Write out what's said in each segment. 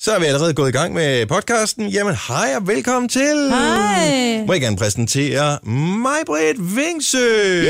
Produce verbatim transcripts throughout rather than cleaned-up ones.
Så er vi allerede gået i gang med podcasten. Jamen, hej og velkommen til. Hej. Må jeg gerne præsentere Maj-Britt Vingsø.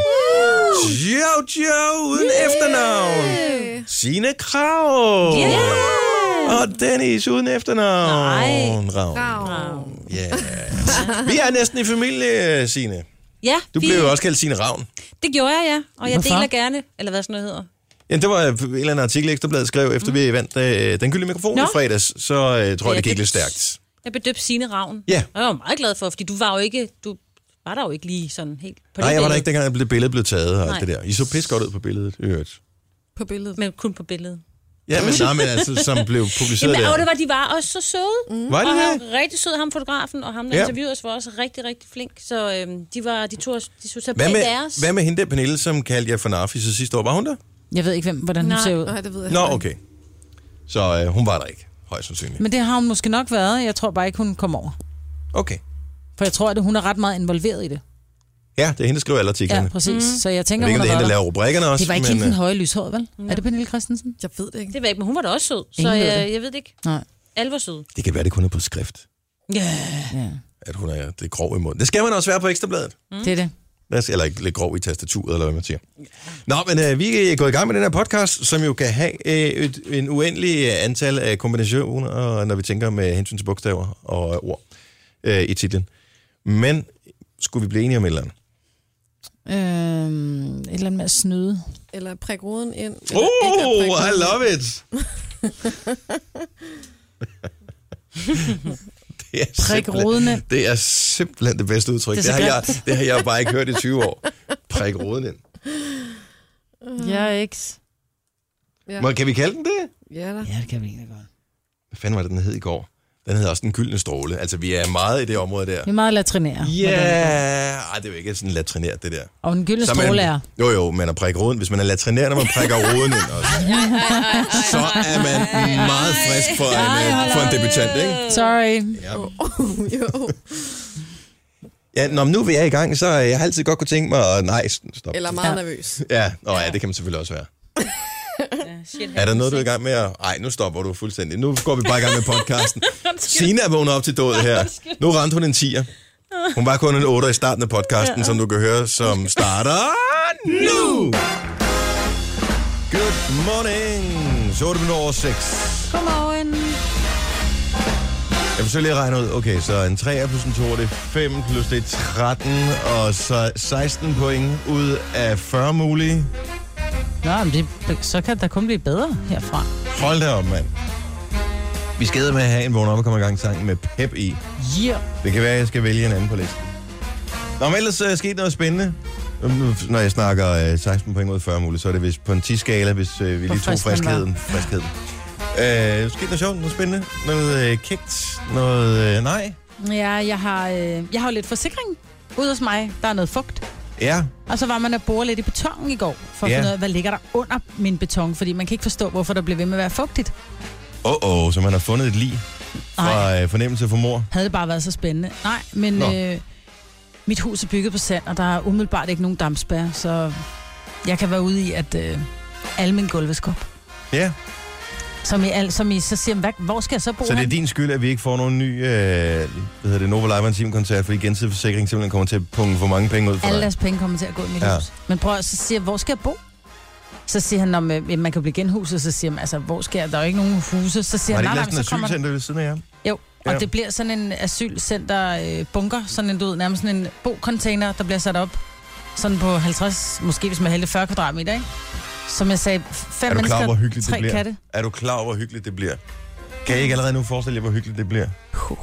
Jojo uden yeah. efternavn. Signe Krav. Yeah. Og Dennis uden efternavn. Nej. Ravn. Ja. Yeah. Vi er næsten i familie, Signe. Ja. Du vi... blev jo også kaldt Signe Ravn. Det gjorde jeg, ja. Og jeg Hvorfor? deler gerne, eller hvad sådan noget hedder. Ja, det var en eller anden artikel, Ekstrabladet skrev, efter mm. vi vandt øh, den gyldne mikrofon Nå. i fredags, så øh, tror jeg, det gik lidt stærkt. Jeg blev døbt Signe Ravn. Ja. Og jeg var meget glad for, fordi du var jo ikke, du var der jo ikke lige sådan helt på det Nej, jeg var der billede. ikke, dengang det billede blev taget og Nej. alt det der. I så pis godt ud på billedet, i øvrigt. På billedet. Men kun på billedet. Ja, men nej, men altså, som blev publiceret Jamen, og der. det var, de var også så søde. Mm. Var det og han det? var rigtig sød, ham fotografen, og ham, der Ja. interviewede os, var også rigtig, rigtig flink. Så øhm, de var, de tog, de tog sig Hvad bag med, deres. hvad med hende der, Pernille, som kaldte jer for Narfis sidste år? Var hun der? Jeg ved ikke, hvem, hvordan hun Nej. ser ud. Nej, det ved jeg Nå, ikke. okay. Så øh, hun var der ikke, højst sandsynligt. Men det har hun måske nok været. Jeg tror bare ikke, hun kom over. Okay. For jeg tror, at hun er ret meget involveret i det. Ja, det er hende, der skriver alle artiklerne. Ja, præcis. Mm. Så jeg tænker, Jeg ved ikke, hun om det er har hende, der været laver rubrikkerne der. også. Det var ikke men, hende den øh, høje lyshåret, vel? Ja. Er det Pernille Christensen? Jeg ved det ikke. Det var ikke, men hun var da også sød. Så Ingen ved jeg, det. jeg ved det ikke. Nej. Alle var søde. Det kan være, det kun er på skrift, Ja. Ja, at hun er, det er grov i munden. Det skal man også være på Ekstrabladet. mm. det er det. Eller ikke lidt grov i tastaturet, eller hvad man siger. Nå, men øh, vi er gået i gang med den her podcast, som jo kan have øh, et, en uendelig antal af kombinationer, når vi tænker med hensyn til bogstaver og øh, ord øh, i titlen. Men skulle vi blive enige om et eller andet? Øhm, et eller andet med at snyde. Eller prik roden ind. Eller ikke at Oh, prikke I roden love it! Det er Prik simpelthen- roden ind. Det er simpelthen det bedste udtryk. Det Det, er det, så har jeg, det har jeg bare ikke hørt i tyve år. Prik roden ind. Jeg er ikke... Ja. Må, kan vi kalde den det? Ja, da. Ja, det kan vi egentlig godt. Hvad fanden var det, den hed i går? Den hedder også Den Gyldne Stråle. Altså, vi er meget i det område der. Vi er meget latrinære. Ja, yeah. det er jo ikke sådan latrinært, det der. Og den gyldne Så man- stråle er... Jo, jo, man er prikke roden. Hvis man er latrinær, når man prikker roden ind også, så er man meget frisk for en, øh, for en debutant, ikke? Sorry. Ja. Jo. Ja, når nu vi er i gang, så jeg har altid godt kunne tænke mig at... Nej, stop. Eller meget Ja. nervøs. Ja, nå, ja, det kan man selvfølgelig også være. Ja, shit, Er der noget, du er i gang med at... Ej, nu stopper du fuldstændig. Nu går vi bare i gang med podcasten. Signe er vågnet op til dådet her. Nu ramte hun en tier. Hun var kun en otter i starten af podcasten, ja. Som du kan høre, som starter nu. Good morning. Så er det minutter over seks. Godmorgen. Jeg forsøger lige at regne ud. Okay, så en tre plus en to, det er fem, plus det er tretten, og så seksten point ud af fyrre mulige. Nå, men det, så kan der kun blive bedre herfra. Hold da op, mand. Vi skal med at have en vågen op og komme i gang sang med pep i. Yeah. Det kan være, at jeg skal vælge en anden på listen. Nå, men ellers er sket noget spændende. Nu, når jeg snakker øh, seksten point ud af fyrre mulige, så er det vist på en ti-skala, hvis øh, vi Hvor lige tog frisk den var. friskheden. friskheden. Øh, sket noget sjovt, noget spændende, noget øh, kægt, noget øh, nej. Ja, jeg har, øh, jeg har jo lidt forsikring ude hos mig. Der er noget fugt. Ja, Og så var man at bore lidt i betongen i går, for at Ja. finde ud af, hvad ligger der under min beton. Fordi man kan ikke forstå, hvorfor der bliver ved med at være fugtigt. åh, oh, oh, så man har fundet et lig fra øh, fornemmelse for mor. Havde det bare været så spændende. Nej, men Nå. øh, mit hus er bygget på sand, og der er umiddelbart ikke nogen dampspærre. Så jeg kan være ude i, at øh, alle mine gulve skal op. Ja, Som I, al, som I så siger, hvad, hvor skal jeg så bo så det er hen? din skyld, at vi ikke får nogen ny, øh, hvad hedder det, Nova Live Team-koncert, fordi gensidig forsikring simpelthen kommer til at punge for mange penge ud for Alle dig. deres penge kommer til at gå i mit Ja. ja. hus. Men prøv at så siger jeg, hvor skal jeg bo? Så siger han, om øh, man kan blive genhuset, så siger han, altså, hvor skal jeg? Der er jo ikke nogen huse. Så siger Var det han, ikke nej, næsten nej, en så kommer asylcenter ved siden af jer? Jo, og Ja. det bliver sådan en asylcenter øh, bunker, sådan en, du ved, nærmest sådan en bo-container, der bliver sat op sådan på halvtreds, måske hvis man er heldig fyrre kvadratmeter, ikke? Som jeg sagde, fem Er du klar over, hvor mennesker, hyggeligt det tre bliver? katte. Er du klar over, hvor hyggeligt det bliver? Kan I ikke allerede nu forestille jer, hvor hyggeligt det bliver?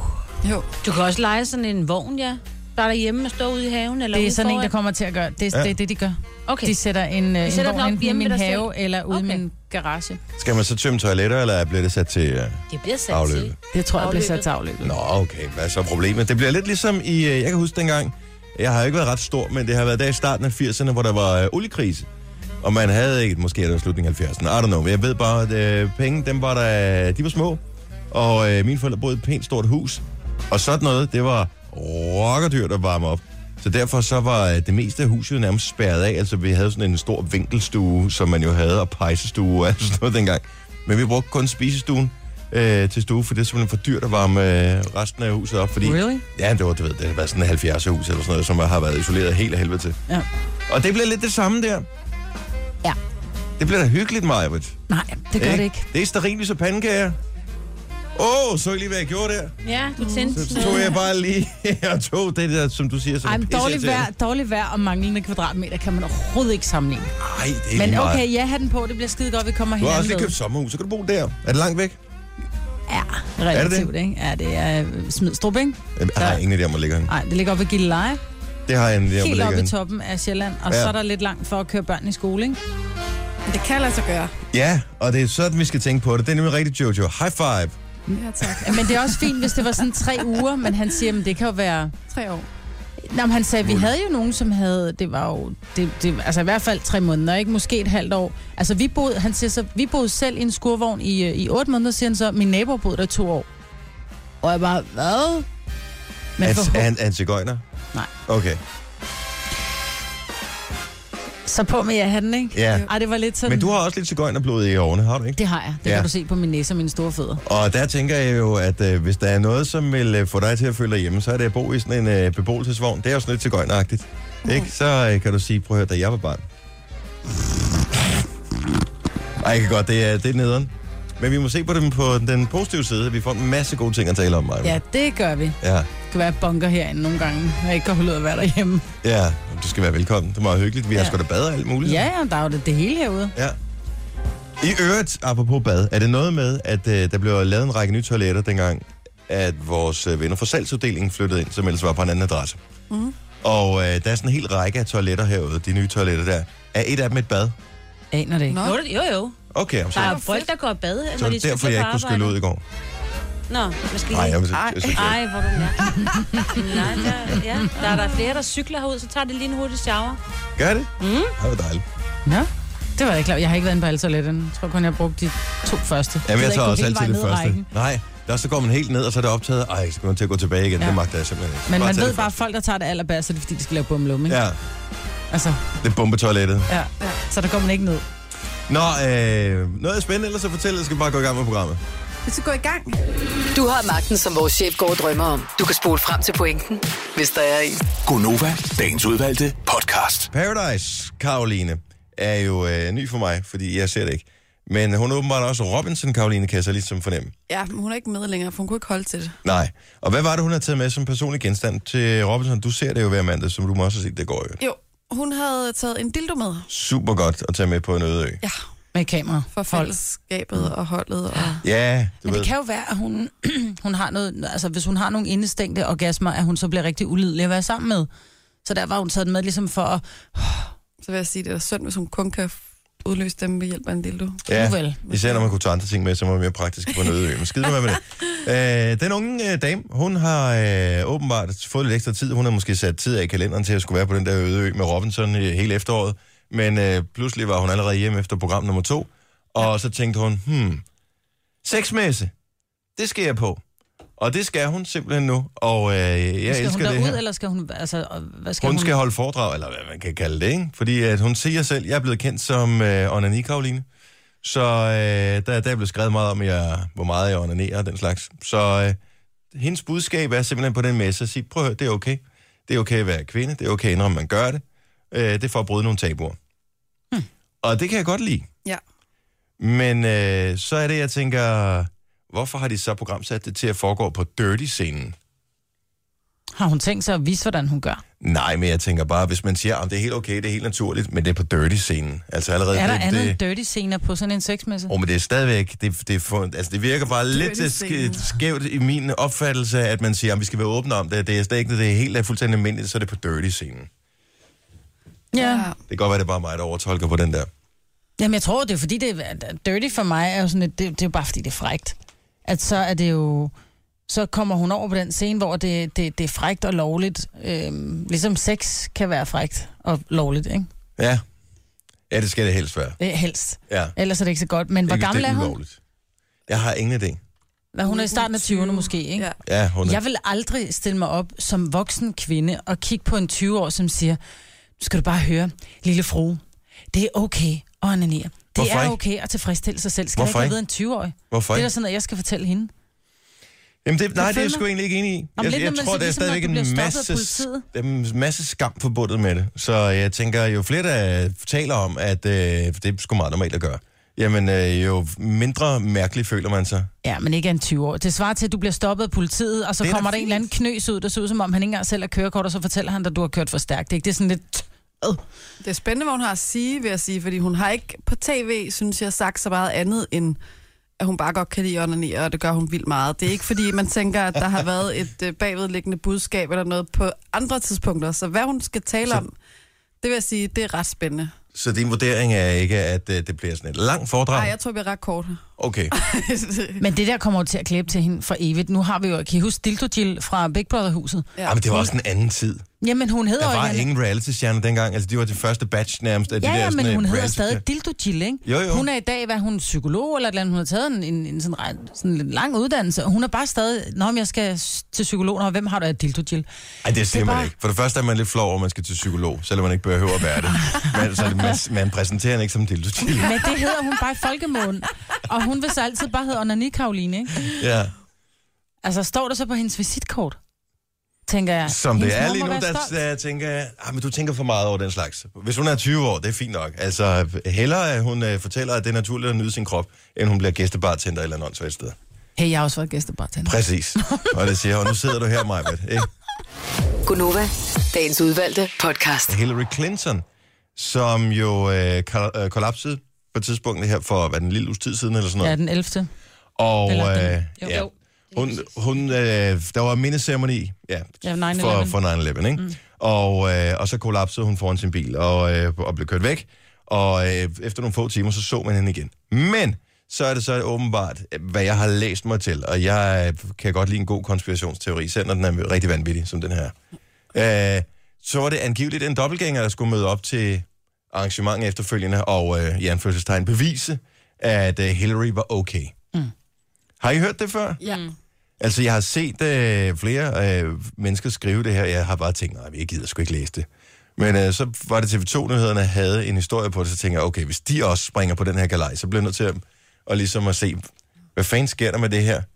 Jo. Du kan også lege sådan en vogn, ja. Der er derhjemme og stå ude i haven. Eller Det er ude sådan en, foran. der kommer til at gøre. Det er Ja. det, det, de gør. Okay. De sætter en, øh, en sætter vogn den op enten i hjemme min ved dig have eller ude Okay. i min garage. Skal man så tømme toiletter, eller bliver det sat til uh, Det bliver sat afløbet? til. Det tror jeg bliver Afløbet. sat til afløbet. Nå, okay. Hvad er så problemet? Det bliver lidt ligesom i... Uh, jeg kan huske dengang, jeg har ikke været ret stor, men det har været der i starten af firserne, hvor der var uh, oliekrise. Og man havde ikke, måske er det slutningen af halvfjerdserne, I don't know. Jeg ved bare, at uh, penge, dem var der, de var små. Og uh, mine forældre boede i et pænt stort hus. Og sådan noget, det var rockerdyrt at varme op. Så derfor så var det meste af huset jo nærmest spærret af. Altså vi havde sådan en stor vinkelstue, som man jo havde, og pejsestue og alt sådan noget dengang. Men vi brugte kun spisestuen. øh, til stue, for det er simpelthen for dyrt at varme øh, resten af huset op. Fordi, Really? Ja, det var, du ved, det har været sådan en halvfjerds hus eller sådan noget, som har været isoleret helt af helvede til. Ja. Og det bliver lidt det samme der. Ja. Det bliver da hyggeligt, Majbert. Nej, det gør det ikke. Det er stearinlys og pandekager. Åh, oh, så I lige, hvad jeg gjorde der? Ja, du tændte Så tog jeg bare lige og tog det der, som du siger, som Ej, er men dårligt vejr, pisseirriterende. dårligt vejr og manglende kvadratmeter kan man overhovedet ikke sammenligne. Ej, det er Men lige meget. okay, ja, have den på, det bliver skide godt, vi kommer Du har hinanden også lige ved. købt sommerhus, så kan du bo der. Er det langt væk? Ja, relativt, ikke? Ja, det er øh, Smidstrup, ikke? Jeg har ingen idé om, hvor ligger henne. Nej, det ligger oppe ved Gilleleje. Det har jeg en idé om, hvor Helt ligger oppe i henne. toppen af Sjælland. Og Ja. så er der lidt langt for at køre børn i skole, ikke? Men det kan lade sig gøre. Ja, og det er sådan, vi skal tænke på det. Det er nemlig rigtigt, Jojo. High five. Ja, tak. Ja, men det er også fint, hvis det var sådan tre uger, men han siger, at det kan jo være... Tre år. Nå, men han sagde, vi havde jo nogen, som havde... Det var jo... Det, det, altså i hvert fald tre måneder, ikke? Måske et halvt år. Altså vi boede... Han siger så, vi boede selv i en skurvogn i, i otte måneder, siger han så. Min nabo boede der i to år. Og jeg bare, hvad? Men Er, for, er, han, er han cigøjner? Nej. Okay. så på med ja-hatten, ikke? Ja. Ej, det var lidt sådan... Men du har også lidt cigøjnerblod i årene, har du ikke? Det har jeg. Det Ja. kan du se på min næse og mine store fødder. Og der tænker jeg jo, at øh, hvis der er noget, som vil øh, få dig til at føle dig hjemme, så er det at bo i sådan en øh, beboelsesvogn. Det er jo sådan lidt cigøjneragtigt. Mm. Ikke? Så øh, kan du sige, prøv at høre, da jeg var barn. Ej, ikke godt, det er, det er nederen. Men vi må se på dem på den positive side. Vi får en masse gode ting at tale om, Maja. Ja, det gør vi. Ja. Det kan være bunker herinde nogle gange, jeg ikke kan holde ud at være derhjemme. Ja, du skal være velkommen. Det er meget hyggeligt. Vi har Ja. sgu da bad og alt muligt. Ja, ja, der er jo det, det hele herude. Ja. I øvrigt, apropos bad, er det noget med, at øh, der blev lavet en række nye toiletter dengang, at vores øh, venner fra salgsuddelingen flyttede ind, som ellers var på en anden adresse. Mm. Og øh, der er sådan en hel række af toiletter herude, de nye toiletter der. Er et af dem et bad? Aner det ikke. Nå. Jo, det- jo, jo. Okay, så, Der er hvor folk, fedt. der går i bad, så når er de det derfor, cykler jeg på ikke kunne skylle ud arbejde. i går. Nå, hvad skal Nej, I? jeg vil Ej. jeg, jeg, Ej, hvor du er. Nej, der, ja. der er der flere, der cykler herud, så tager de lige en hurtig shower. Gør det? Mm. Det var dejligt. Nå, det var jeg ikke klar. Jeg har ikke været inde på alle toiletterne. Jeg tror kun, jeg har brugt de to første. Jamen, jeg gider tager ikke også gå hele altid det vejen ned ad første. rækken. Nej, der så går man helt ned, og så er det optaget. Ej, skal man til at gå tilbage igen? Ja. Det magter jeg simpelthen ikke. Men man tage ved det bare, at første. folk, der tager det allerbærst, så er det fordi, de skal lave bumlum, ikke? Ja, Altså, det er bombetoilettet. ja. Så der går man ikke ned. Nå, øh, noget er spændende, ellers så fortæl, jeg skal bare gå i gang med programmet. Vi skal gå i gang. Du har magten, som vores chef går og drømmer om. Du kan spole frem til pointen, hvis der er en. Gonova, dagens udvalgte podcast. Paradise, Karoline, er jo øh, ny for mig, fordi jeg ser det ikke. Men hun er åbenbart også Robinson, Karoline, kan jeg så ligesom fornemme. Ja, men hun er ikke med længere, for hun kunne ikke holde til det. Nej. Og hvad var det, hun havde taget med som personlig genstand til Robinson? Du ser det jo hver mandag, som du må også have set, det går jo. Jo, hun havde taget en dildo med. Super godt at tage med på en øde ø. Ja, Med kamera. for Hold. fællesskabet og holdet. Og... Ja, du Men ved. det kan jo være, at hun, hun har noget, altså hvis hun har nogle indestængte orgasmer, at hun så bliver rigtig ulidelig at være sammen med. Så der var hun taget med ligesom for at, Så vil jeg sige, det er synd, hvis hun kun kan udløse dem ved hjælp af en dildo. Ja, Nu vel. især når man kunne tage andre ting med, som var mere praktisk på en øde ø. Men skide med med det. Øh, den unge øh, dame, hun har øh, åbenbart fået lidt ekstra tid. Hun har måske sat tid af i kalenderen til at skulle være på den der øde ø med Robinson øh, hele efteråret. Men øh, pludselig var hun allerede hjemme efter program nummer to. Og ja. så tænkte hun, hmm, sexmesse, det skal jeg på. Og det skal hun simpelthen nu. Og øh, jeg skal elsker hun det derud, her. eller skal hun, altså, og hvad skal Hun hun? skal holde foredrag, eller hvad man kan kalde det, ikke? Fordi at hun siger selv, jeg er blevet kendt som øh, onani, Karoline. Så øh, der, der er blevet skrevet meget om, jeg, hvor meget jeg onanerer og den slags. Så øh, hendes budskab er simpelthen på den messe at sige, prøv at høre, det er okay. Det er okay at være kvinde, det er okay at indrømme, man gør det. Øh, det er for at bryde nogle tabuer. Hmm. Og det kan jeg godt lide. Ja. Men øh, så er det, jeg tænker, hvorfor har de så programsat det til at foregå på dirty-scenen? Har hun tænkt sig at vise, hvordan hun gør? Nej, men jeg tænker bare, hvis man siger, at det er helt okay, det er helt naturligt, men det er på dirty-scenen. Altså allerede... Er der det, andet det, end dirty scener på sådan en sexmesse? Oh, men det er stadigvæk, det, det, er for, altså det virker bare lidt scene. sk- skævt i min opfattelse, at man siger, at vi skal være åbne om det. Det er stadig det er helt er fuldstændig almindeligt, så er det på dirty-scenen. Ja. Det kan godt være, det er bare mig, der overtolker på den der. Jamen, jeg tror, det er fordi, det er dirty for mig, er jo sådan et, det, det er jo bare fordi, det er frækt. At så er det jo... Så kommer hun over på den scene, hvor det, det, det er frækt og lovligt. Øhm, ligesom sex kan være frækt og lovligt, ikke? Ja. Ja, det skal det helst være. Øh, helst. Ja. Ellers er det ikke så godt. Men hvor Ikke, gammel det er hun? ulovligt. Jeg har ingen idé. Hvad, hun er i starten af tyverne måske, ikke? Ja. Ja, hun er... Jeg vil aldrig stille mig op som voksen kvinde og kigge på en tyve år, som siger, nu skal du bare høre, lille frue, det er okay at onanere. Hvorfor er ikke? okay at tilfredsstille sig selv. Skal Hvorfor jeg ikke ikke? have en tyve-årig? Hvorfor Det er ikke? da sådan, at jeg skal fortælle hende. Jamen det, nej, det er følge jeg sgu mig? egentlig ikke enig i. Om Jeg, lidt, jeg når man tror, siger, der er ligesom, stadigvæk når du en bliver stoppet af masse, politiet. der er en masse skam forbundet med det. Så jeg tænker, jo flere, der taler om, at øh, det er sgu meget normalt at gøre, jamen øh, jo mindre mærkeligt føler man sig. Ja, men ikke af en tyve år. Det svarer til, at du bliver stoppet af politiet, og så Det er kommer da der en eller anden knøs ud, der ser ud, som om han ikke engang selv er kørekort, og så fortæller han dig, at du har kørt for stærkt. Ikke? Det er sådan lidt... Øh. Det er spændende, hvad hun har at sige, vil jeg sige, fordi hun har ikke på tv, synes jeg, sagt så meget andet end, at hun bare godt kan lide onanere, og det gør hun vildt meget. Det er ikke fordi, man tænker, at der har været et øh, bagvedliggende budskab eller noget på andre tidspunkter. Så hvad hun skal tale Så- så... om, det vil jeg sige, det er ret spændende. Så din vurdering er ikke, at øh, det bliver sådan et langt foredrag? Nej, jeg tror, det bliver ret kort. Okay. Men det der kommer jo til at klæbe til hende for evigt. Nu har vi jo, kan I huske Dildo Jill fra Big Brother-huset? Ja. Jamen, det var også en anden tid. Jamen, hun hedder Der jo var ikke... ingen reality-stjerner dengang. Altså, de var de første batch nærmest af de Ja, der ja, sådan, men hun øh, hedder reality- stadig Dildo Jill, ikke? Jo, jo. Hun er i dag, hvad hun er psykolog eller et eller andet. Hun har taget en, en, en sådan, ret- sådan lidt lang uddannelse, og hun er bare stadig... Nå, men jeg skal s- til psykolog, og hvem har du af Dildo Jill? Ej, det siger Det er man bare- ikke. For det første er man lidt flov over, at man skal til psykolog, selvom man ikke behøver at være det. Men så, man, man præsenterer hende ikke som dildo. Men det hedder hun bare i folkemålen. Og hun vil så altid bare hedde Onani Karoline, ikke? Ja. Altså, står der så på hendes visitkort? Tænker jeg. Som Hendes det er mor lige må nu, være der, stolt. der tænker jeg, ah, men du tænker for meget over den slags. Hvis hun er tyve år, det er fint nok. Altså, hellere at hun øh, fortæller, at det er naturligt at nyde sin krop, end hun bliver gæstebartender eller andet åndssvagt sted. Hey, jeg har også været gæstebartender. Præcis. Og det siger, og nu sidder du her, Majbert, ikke? Gunova, dagens udvalgte podcast. Hillary Clinton, som jo øh, kol- øh, kollapsede på et tidspunkt her for, hvad, en lille uges tid siden eller sådan noget. Ja, den ellevte. Og Eller den- øh, jo. ja, Jo. hun, hun, øh, der var mindeceremoni ja, Ja, nine for, eleven. for nine eleven, ikke? Mm. Og, øh, og så kollapsede hun foran sin bil og, øh, og blev kørt væk. Og øh, efter nogle få timer, så så man hende igen. Men så er det så åbenbart, hvad jeg har læst mig til, og jeg kan godt lide en god konspirationsteori, selv når den er rigtig vanvittig, som den her. Øh, så var det angiveligt en dobbeltgænger, der skulle møde op til arrangementet efterfølgende, og øh, i anførselstegn bevise, at øh, Hillary var okay. Mm. Har I hørt det før? Ja. Altså, jeg har set øh, flere øh, mennesker skrive det her. Jeg har bare tænkt, nej, jeg gider sgu ikke læse det. Men øh, så var det T V to-nyhederne havde en historie på det, så tænker jeg, okay, hvis de også springer på den her galej, så bliver jeg nødt til at, og ligesom at se, hvad fanden sker der med det her?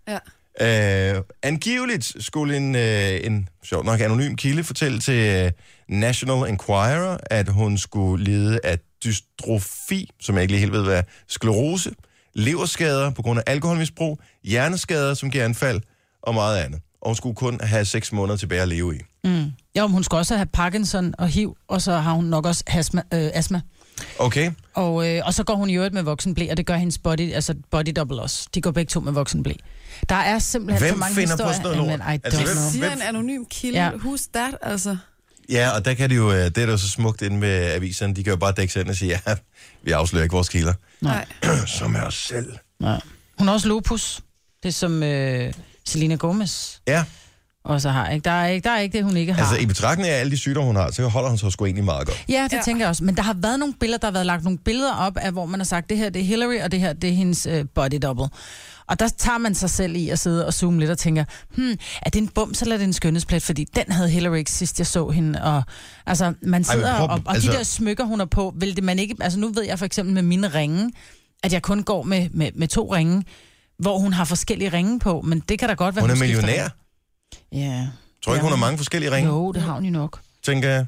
Ja. Øh, angiveligt skulle en, øh, en sjovt nok anonym kilde fortælle til øh, National Enquirer, at hun skulle lide af dystrofi, som jeg ikke lige helt ved, hvad er, sklerose, leverskader på grund af alkoholmisbrug, hjerneskader, som giver anfald, og meget andet. Og hun skulle kun have seks måneder tilbage at leve i. Mm. Jo, men hun skal også have Parkinson og H I V, og så har hun nok også astma. Øh, astma. Okay? Og, øh, og så går hun i øvrigt med voksenblæ, og det gør hendes body, altså body double også. De går begge to med voksenblæ. Der er simpelthen Hvem så mange finder på historier. sådan noget lort? Jamen, I Altså, don't hvem- know. Siger Hvem- en anonym kilde, Ja. ja. Who's that, altså? Ja, og der kan de jo, øh, det er der jo så smukt inde med aviserne, de kan jo bare dække sig ind og sige, ja, vi afslører ikke vores kilder. Nej. Som er os selv. Ja. Hun har også lupus. Det er som øh, Selena Gomez Ja, også har. Ikke? Der, er ikke, der er ikke det, hun ikke har. altså i betragtning af alle de sygdomme, hun har, så holder hun sig sgu egentlig meget godt. Ja, det ja. Ja. tænker jeg også. Men der har været nogle billeder, der har været lagt nogle billeder op af, hvor man har sagt, det her det er Hillary, og det her det er hendes øh, body double. Og der tager man sig selv i at sidde og zoome lidt og tænker, hmm, er det en bums eller er det en skønhedsplet? Fordi den havde Hillary ikke sidst, jeg så hende. Og, altså, man sidder Ej, Ej, prøv- og, og altså- de der smykker, hun er på, vil det man ikke... Altså nu ved jeg for eksempel med mine ringe, at jeg kun går med, med, med to ringe, hvor hun har forskellige ringe på, men det kan da godt være, Hun er skifter millionær. ringe. Ja. Tror du ikke, hun har mange forskellige ringe? Jo, det har hun jo nok. Tænker jeg.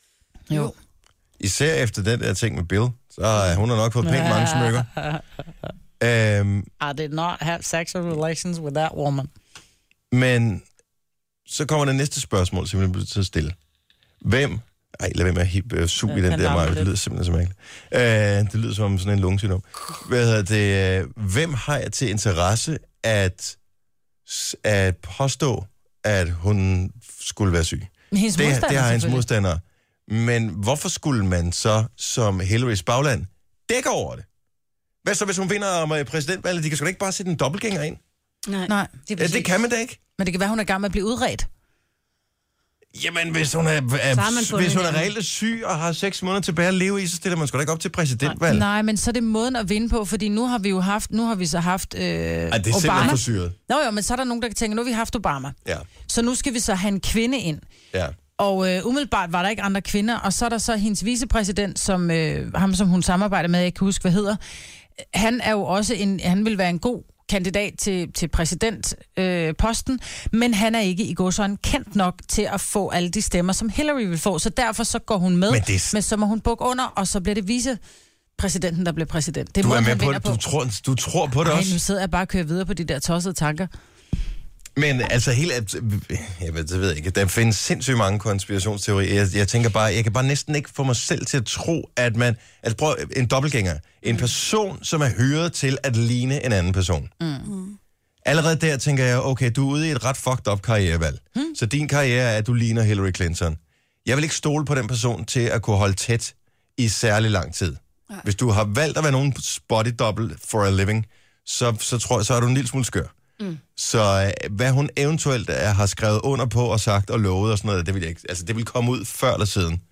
Jo. Især efter den der ting med Bill, så har hun har nok fået pænt mange smykker. Øhm, I did not have sexual relations with that woman. men så kommer det næste spørgsmål, som jeg bliver til at stille. Hvem... Ej, lad være med at hip, uh, suge Ja, i den han der, larmer Maja. Det lidt. lyder simpelthen så mærkeligt. Uh, det lyder som sådan en lungesygdom. Hvad hedder det? Uh, hvem har jeg til interesse at, at påstå, at hun skulle være syg? Men hendes Det, modstander, det har hendes selvfølgelig. modstandere. Men hvorfor skulle man så, som Hillarys bagland, dække over det? Hvad så, hvis hun vinder om øh, præsidentvalget? De kan sgu da ikke bare sætte en dobbeltgænger ind. Nej, Nej, det, er Ja, det kan man da ikke. men det kan være, hun er i gang med at blive udredt. Jamen, hvis hun er, er, Så har man fundet hvis hun er hinanden. reelt syg og har seks måneder tilbage at leve i, så stiller man sgu da ikke op til præsidentvalg. Nej, men så er det måden at vinde på, fordi nu har vi jo haft, nu har vi så haft øh, Ej, det er simpelthen Obama. for syret. Nå jo, men så er der nogen, der kan tænke, nu har vi haft Obama. Ja, Så nu skal vi så have en kvinde ind. ja. Og øh, umiddelbart var der ikke andre kvinder, og så er der så hendes vicepræsident, som, øh, ham som hun samarbejder med, jeg kan huske, hvad hedder. Han er jo også en, han vil være en god kandidat til, til præsidentposten, øh, men han er ikke i godsøjne kendt nok til at få alle de stemmer, som Hillary vil få. Så derfor så går hun med, men, det... men så må hun bukke under, og så bliver det vicepræsidenten, der bliver præsident. Det du må er med han på det. på. Du tror, du tror på det Ej, også? nu sidder jeg bare og kører videre på de der tossede tanker. Men altså helt... Jeg ved, det ved jeg ikke. Der findes sindssygt mange konspirationsteorier. Jeg, jeg tænker bare, jeg kan bare næsten ikke få mig selv til at tro, at man... Altså prøv en dobbeltgænger. En person, som er hyret til at ligne en anden person. Mm. Allerede der tænker jeg, okay, du er ude i et ret fucked up karrierevalg. Mm. Så din karriere er, at du ligner Hillary Clinton. Jeg vil ikke stole på den person til at kunne holde tæt i særlig lang tid. Nej. Hvis du har valgt at være nogen body double for a living, så, så tror jeg, så er du en lille smule skør. Mm. Så øh, hvad hun eventuelt er, har skrevet under på og sagt og lovet og sådan noget, det vil, jeg ikke, altså, det vil komme ud før eller siden.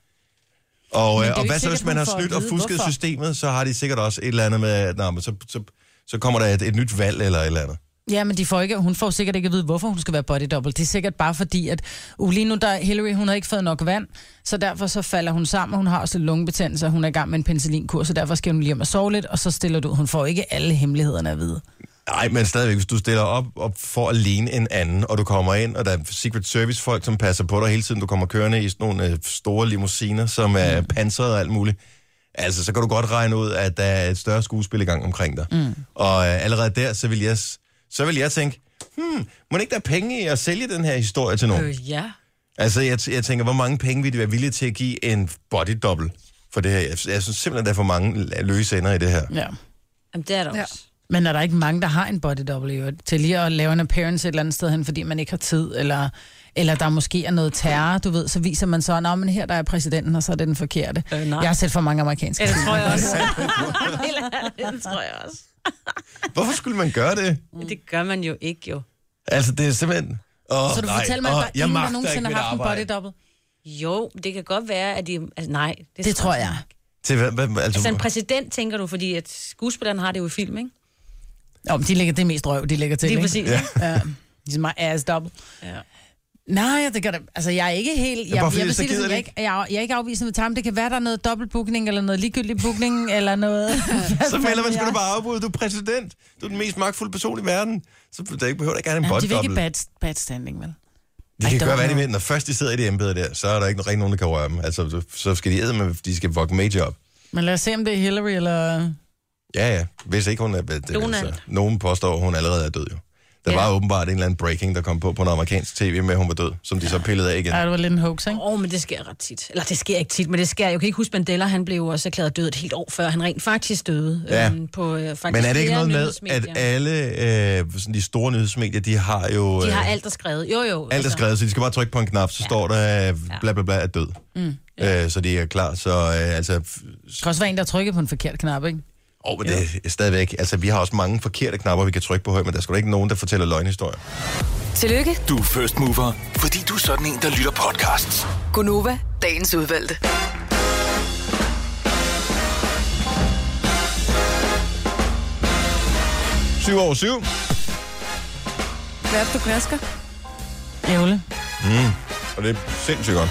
Og, øh, og hvad så, hvis man har snydt og fusket hvorfor? systemet, så har de sikkert også et eller andet med, at nej, men så, så, så kommer der et, et nyt valg eller et eller andet. Ja, men de får ikke, hun får sikkert ikke at vide, hvorfor hun skal være body double. Det er sikkert bare fordi, at uh, lige nu der Hillary, hun har ikke fået nok vand, så derfor så falder hun sammen, hun har også lidt lungebetændelse, og hun er i gang med en penicillinkur, så derfor skal hun lige hjem og sove lidt, og så stiller du, hun får ikke alle hemmelighederne at vide. Nej, men stadigvæk, hvis du stiller op, op for at ligne en anden, og du kommer ind, og der er Secret Service-folk, som passer på dig hele tiden, du kommer kørende i sådan nogle øh, store limousiner, som er mm. pansret og alt muligt, altså, så kan du godt regne ud, at der er et større skuespil i gang omkring dig. Mm. Og øh, allerede der, så vil jeg, så vil jeg tænke, hmm, må ikke der er penge i at sælge den her historie til nogen? Øh, ja. Altså, jeg, jeg tænker, hvor mange penge vil de være villige til at give en body double for det her? Jeg, jeg synes simpelthen, der er for mange løse ender i det her. Ja. Jamen, det er der Ja. også. Men er der ikke mange, der har en body double i øvrigt, til lige at lave en appearance et eller andet sted hen, fordi man ikke har tid, eller, eller der måske er noget terror, du ved, så viser man så, at men her der er præsidenten, og så er det den forkerte. Øh, nej. Jeg har set for mange amerikanske Ja, det film. tror jeg også. Det tror jeg også. Hvorfor skulle man gøre det? Det gør man jo ikke, jo. Altså, det er simpelthen... Oh, Så du nej. fortæller mig, oh, at der er ingen, der nogensinde har haft en body double? Jo, det kan godt være, at de... Altså, nej. Det, det tror jeg. Til, hvad, hvad, altså, Altså, en præsident, tænker du, fordi at skuespilleren har det jo i film, ikke? Jo, men de lægger det mest røv, de lægger til, Lige ikke? præcis, Ja. ikke? Ja. Ligesom mig ass double. Ja. Nej, det gør det. Altså, jeg er ikke helt... Jeg, bare fordi, jeg, vil så sige det, gider sådan, det jeg, ikke, jeg, er- jeg er ikke afvisende med tarm. Det kan være, der er noget dobbeltbookning, eller noget ligegyldig bookning, eller noget... så melder man sgu da bare afbud. Du er præsident. Du er den mest magtfulde person i verden. Så der ikke behøver der ikke have en Ja, body det er double. ikke bad, bad standing, vel? Det kan I gøre, don't hvad de know. vil. Når først de sidder i det embede der, så er der ikke rigtig nogen, der kan røre dem. Altså, så- så skal de æde med, de skal fuck major op. Men lad os se, om det er Hillary, eller... Ja, ja. Hvis ikke hun er... Det, Donald. altså, nogen påstår, at hun allerede er død, jo. Der Ja. var åbenbart en eller anden breaking, der kom på på en amerikansk tv med, at hun var død, som de så pillede af igen. Ja, det var lidt en hoax, ikke? Åh, oh, men det sker ret tit. Eller det sker ikke tit, men det sker. Jeg kan ikke huske, Mandela, han blev jo også erklæret død et helt år før. Han rent faktisk døde. Ja. Øhm, på, øh, faktisk Men er det ikke flere noget med, at nyhedsmedier. alle øh, sådan de store nyhedsmedier, de har jo... De har øh, alt der skrevet. Jo, jo. alt er skrevet, så de skal bare trykke på en knap, så Ja. står der, øh, bla bla bla, er død. Mm. Øh, så de er klar, så øh, altså... Det kan også være en, der trykker på en forkert knap, ikke? Åh, oh, men det er stadigvæk... Altså, vi har også mange forkerte knapper, vi kan trykke på her, men der er sgu da ikke nogen, der fortæller løgnhistorier. Tillykke, Du er first mover, fordi du er sådan en, der lytter podcasts. Gunova, dagens udvalgte. syv over syv. Hvad er det, du klasker? Ævle. Og det er sindssygt godt.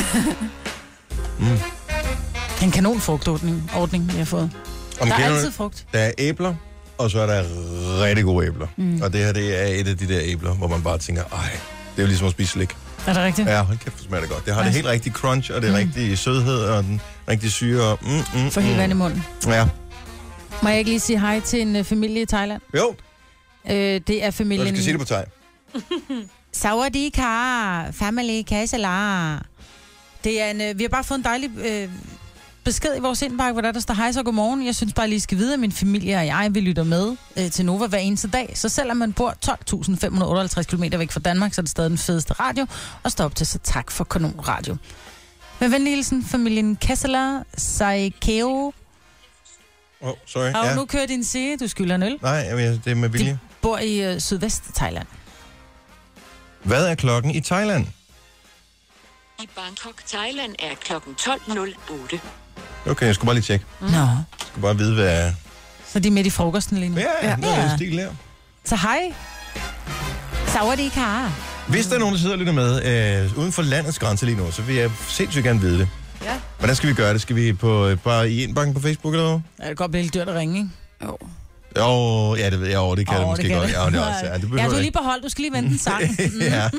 En kanonfrugtordning, ordning, vi har fået. Om Der er kender du- altid frugt. Der er æbler, og så er der rigtig gode æbler. Mm. Og det her, det er et af de der æbler, hvor man bare tænker, ej, det er jo ligesom at spise slik. Er det rigtigt? Ja, hold kæft, det smager det godt. Det har det helt rigtig crunch, og det er mm. rigtig sødhed, og den rigtig syre. Og, mm, mm, For helt mm. vand i munden. Ja. Må jeg ikke lige sige hej til en uh, familie i Thailand? Jo, Øh, det er du familien... skal sige det på thai. Sawadee ka, family kasala. Det er en, øh, vi har bare fået en dejlig øh, besked i vores indbakke, hvor der, der står hej så godmorgen. Jeg synes bare lige, I skal vide, at min familie og jeg, vi lytter med øh, til Nova hver eneste dag. Så selvom man bor tolv tusind fem hundrede otteoghalvtreds kilometer væk fra Danmark, så er det stadig den fedeste radio. Og stå op til, så tak for Kanon Radio. Med venlig hilsen, familien Kassala, Saikeo. Åh, oh, sorry. Og Ja. nu kører din sige, du skylder en øl. Nej, jamen, det er med vilje. De bor i øh, sydvest Thailand. Hvad er klokken i Thailand? I Bangkok, Thailand er klokken tolv nul otte. Okay, jeg skulle bare lige tjekke. Nå, Jeg skulle bare vide, hvad... så de er midt i frokosten lige nu. Ja, ja. Det er Ja. en stil her. Så hej. Sawadee ka. Hvis der er nogen, der sidder og lytter med øh, uden for landets grænse lige nu, så vil jeg sindssygt gerne vide det. Ja. Hvordan skal vi gøre det? Skal vi på, øh, bare i indbakken på Facebook eller hvad? Ja, det kan godt blive lidt dyrt at ringe, ikke? Jo. Jo, ja, det ved jeg. Jo, det kan Åh, det måske det kan godt. det. Ja, det er også, ja, det Ja, behøver du er jeg lige på hold. Du skal lige vente en sang. ja.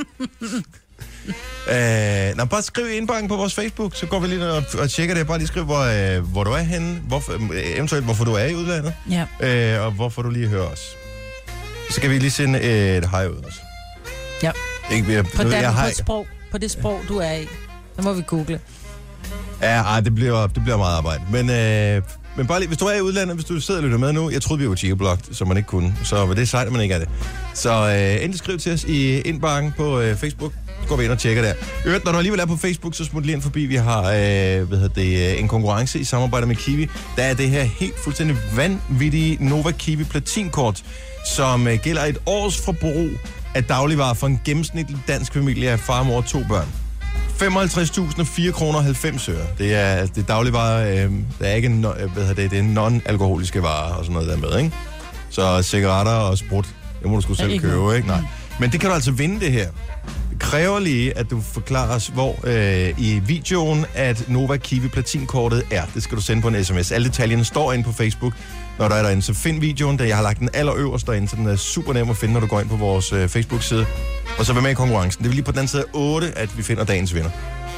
øh, nå, bare skriv i indbakken på vores Facebook, så går vi lige og, og tjekker det. Bare lige skriv, hvor, øh, hvor du er henne, hvorfor, eventuelt hvorfor du er i udlandet, Ja. øh, og hvorfor du lige hører os. Så kan vi lige sende et hej ud også. Ja. Ikke, jeg, På, jeg, den, jeg på, har, et sprog, på det sprog, du er i. Så må vi google. ja, ej, det bliver, det bliver meget arbejde. Men, øh, men bare lige, hvis du er i udlandet, hvis du sidder og lytter med nu, jeg troede, vi var geoblocked, så man ikke kunne. Så var det sejt, at man ikke er det. Så øh, endelig skriv til os i indbakken på øh, Facebook. Så går vi ind og tjekker der. Øvrigt, når du alligevel er på Facebook, så smut lige ind forbi. Vi har øh, hvad hedder det, en konkurrence i samarbejde med Kiwi. Der er det her helt fuldstændig vanvittige Nova Kiwi Platinkort, som øh, gælder et års forbrug af dagligvarer for en gennemsnitlig dansk familie af far, mor og to børn. femoghalvtreds tusind og fire kroner og halvfems øre. Det er, det er dagligvarer, øh, der er ikke en, hvad hedder det, det er non-alkoholiske varer og sådan noget der med, ikke? Så cigaretter og sprut, det må du sgu selv ikke købe, noget. ikke? Nej. Men det kan du altså vinde det her. Det kræver lige, at du forklarer os, hvor øh, i videoen, at Nova Kiwi Platinkortet er. Det skal du sende på en sms. Alle detaljerne står inde på Facebook, når der er derinde. Så find videoen, der jeg har lagt den allerøverst derinde, så den er super nem at finde, når du går ind på vores øh, Facebook-side. Og så vær med i konkurrencen. Det er lige på den anden side af otte, at vi finder dagens vinder.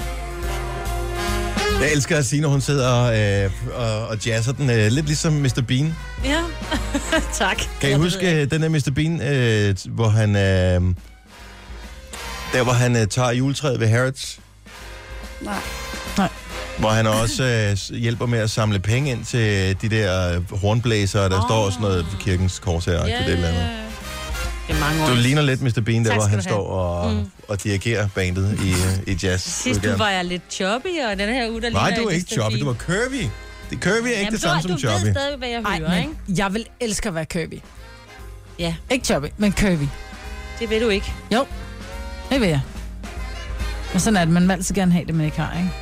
Jeg elsker at sige, når hun sidder øh, og, og jazzer den. Øh, lidt ligesom mister Bean. Ja, tak. Kan I Jeg huske ved øh, den der mister Bean, øh, hvor han... Øh, der, hvor han øh, tager juletræet ved Harrods? Nej. Hvor han også øh, hjælper med at samle penge ind til de der øh, hornblæsere, der oh. står sådan noget ved kirkens korshær. Ja, det, eller andet. det er mange år. Du ligner lidt mister Bean, der Tak hvor skal han du have. står og, mm. og dirigerer bandet i, øh, i jazz. Sidst du var jeg lidt choppy, og den her uge, der Nej, ligner du er jeg ikke choppy, du var curvy. Det curvy er ikke Jamen, det samme du, som du choppy. Du ved stadig, hvad jeg Ej, hører, ikke? men jeg vil elske at være curvy. Ja, Ikke choppy, men curvy. det ved du ikke. Jo, det vil jeg. Men sådan er det, man vil altid gerne have det, man ikke har, ikke?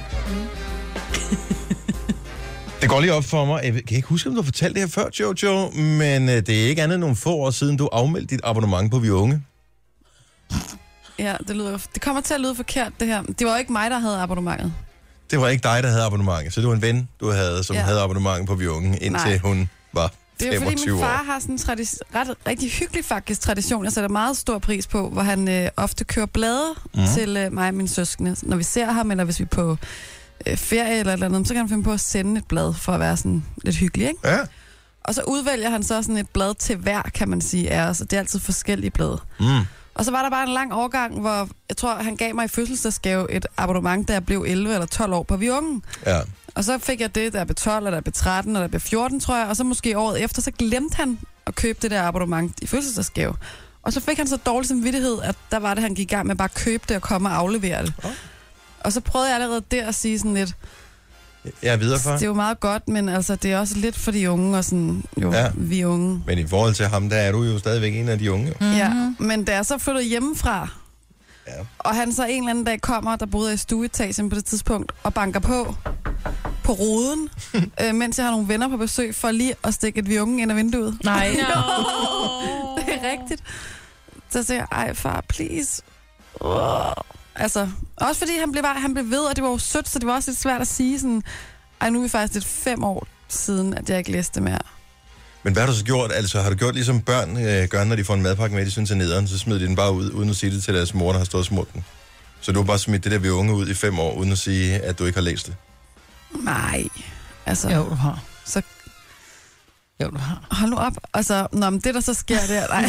Det går lige op for mig. Jeg kan ikke huske, om du har fortalt det her før, Jojo, men øh, det er ikke andet end nogle få år siden, du afmeldte dit abonnement på Vi Unge. Ja, det, lyder, det kommer til at lyde forkert, det her. Det var jo ikke mig, der havde abonnementet. Det var ikke dig, der havde abonnementet, så det var en ven, du havde, som ja. Ja. havde abonnement på Vi Unge, indtil Nej. hun var Det er jo fordi, femogtyve min far år. har sådan en tradi- ret, rigtig hyggelig faktisk tradition, jeg sætter meget stor pris på, hvor han øh, ofte kører blade Mhm. mm. til øh, mig og mine søskende. Når vi ser ham, eller hvis vi er på øh, ferie eller et eller andet, så kan han finde på at sende et blad for at være sådan lidt hyggelig, ikke? Ja. Og så udvælger han så sådan et blad til hver, kan man sige, af os, og det er altid forskellige blade. Mm. Og så var der bare en lang årgang, hvor jeg tror, han gav mig i fødselsdagsgave et abonnement, da jeg blev elleve eller tolv år på Vi Unge. Ja. Og så fik jeg det, der blev tolv, eller der blev tretten, eller der blev fjorten, tror jeg. Og så måske året efter, så glemte han at købe det der abonnement i fødselsdagsgave. Og så fik han så dårlig samvittighed, at der var det, han gik i gang med bare at købe det og komme og aflevere det. Oh. Og så prøvede jeg allerede der at sige sådan lidt, Jeg er videre for. det er jo meget godt, men altså, det er også lidt for de unge, og sådan, jo, Ja. ja. vi unge. Men i forhold til ham, der er du jo stadigvæk en af de unge. Mm-hmm. Ja, men da jeg så flyttede hjemmefra, Ja. og han så en eller anden dag kommer, der boede i stueetagen på det tidspunkt, og banker på, på ruden, øh, mens jeg har nogle venner på besøg, for lige at stikke et Vi Unge ind ad vinduet. Nej. Det er rigtigt. Så siger jeg, ej far, please. Uh. Altså, også fordi han blev, han blev ved, og det var jo sødt, så det var også lidt svært at sige sådan, ej, nu er vi faktisk lidt fem år siden, at jeg ikke læste mere. Men hvad har du så gjort? Altså, har du gjort ligesom børn øh, gør, når de får en madpakke med, de synes er nederen, så smider de den bare ud, uden at sige det til deres mor, der har stået og smurt den. Så du har bare smidt det der Vi Unge ud i fem år, uden at sige, at du ikke har læst det. Nej, altså... Jo, du har. Så Jo, du har. hold nu op. Altså, nå, men det der så sker der, nej.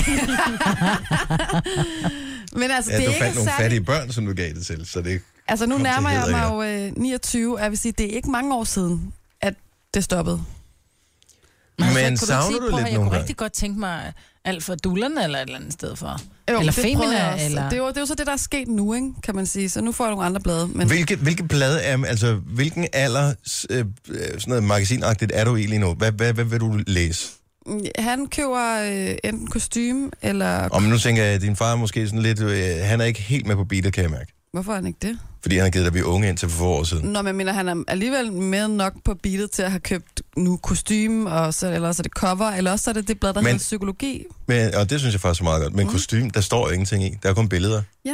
Men altså, Ja, det du er ikke fandt nogle særlig... fattige børn, som du gav det til, så det... Altså, nu kom til nærmer jeg heder, mig jo øh, niogtyve, og jeg vil sige, det er ikke mange år siden, at det stoppede. Men Altså, kunne ikke savner sige, du prøv at lidt Jeg nogle kunne gange? rigtig godt tænke mig alt for dullerne eller et eller andet sted for. Jo, Eller det prøvede Femina, jeg også. eller- Det er, jo, det er jo så det, der er sket nu, ikke, kan man sige. Så nu får jeg nogle andre blade. Men... Hvilke, hvilke blade er, altså, hvilken alder, øh, sådan noget magasinagtigt er du i lige nu? Hvad, hvad, hvad vil du læse? Han køber øh, enten kostume, eller... Og nu tænker jeg, at din far er måske sådan lidt, øh, han er ikke helt med på beatet, kan jeg mærke. Hvorfor er han ikke det? Fordi han har givet dig vi unge indtil for få år siden. Nå, men jeg mener, han er alligevel med nok på beatet til at have købt nu kostume, og så, eller så er det cover, eller også er det det blad, der Men- hedder psykologi. Men, og det synes jeg faktisk er meget godt. Men mm. kostume, der står jo ingenting i. Der er kun billeder. Ja.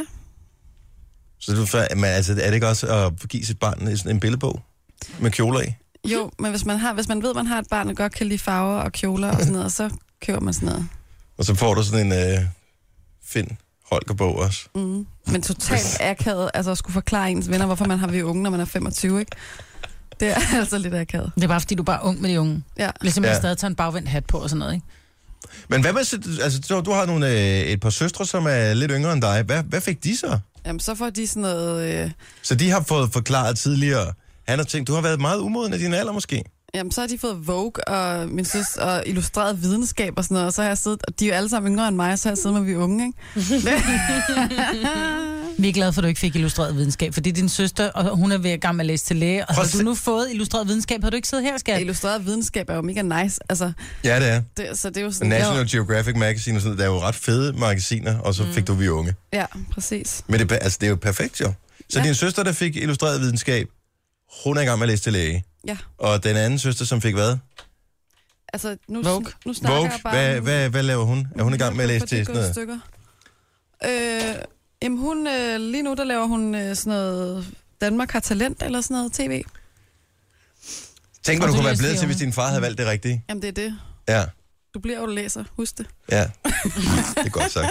Så du, men, altså, er det ikke også at give sit barn sådan en billedbog med kjoler i? Jo, men hvis man, har, hvis man ved, at man har et barn, der godt kan lide farver og kjoler og sådan noget, så køber man sådan noget. Og så får du sådan en øh, Finn Holger-bog også. Mm. Men totalt akavet, altså at skulle forklare ens venner, hvorfor man har vi unge, når man er femogtyve, ikke? Det er altså lidt akavet. Det er bare, fordi du er bare ung med de unge. Ja. Ligesom Ja. jeg stadig tager en bagvendt hat på og sådan noget, ikke? Men hvad med, altså, du, du har nogle, øh, et par søstre, som er lidt yngre end dig. Hvad, hvad fik de så? Jamen, så får de sådan noget... Øh, Så de har fået forklaret tidligere. Han har tænkt, du har været meget umoden af din alder måske. jamen, så har de fået Vogue og min søs og illustreret videnskab og sådan noget, og så har jeg siddet... Og de er jo alle sammen yngre end mig, så har jeg siddet med vi unge, ikke? Vi er glade for, at du ikke fik illustreret videnskab, fordi din søster, og hun er ved at gang med at læse til læge, og Prøv havde at du se- nu fået illustreret videnskab, havde du ikke siddet her, skat? Illustreret videnskab er jo mega nice, altså... Ja, det er. Det, så det er jo sådan... National Geographic Magazine og sådan noget, der er jo ret fede magasiner, og så fik du vi unge. Ja, præcis. Men det, altså, det er jo perfekt jo. Så Ja. din søster, der fik illustreret videnskab, hun er i gang med at læse til læge. Ja, Og den anden søster, som fik hvad? altså nu, Vogue. nu snakker Vogue. jeg bare... Hvad, hvad, hvad laver hun? Er hun i gang med at læse til sådan noget? Stykker. Øh, jamen hun, øh, lige nu der laver hun øh, sådan noget... Danmark har talent eller sådan noget tv. Tænk, hvad Og du du kunne være læste blevet det til, jo. hvis din far havde valgt det rigtige. Jamen det er det. Ja, Du bliver jo læser, husk det. ja. Det er godt sagt.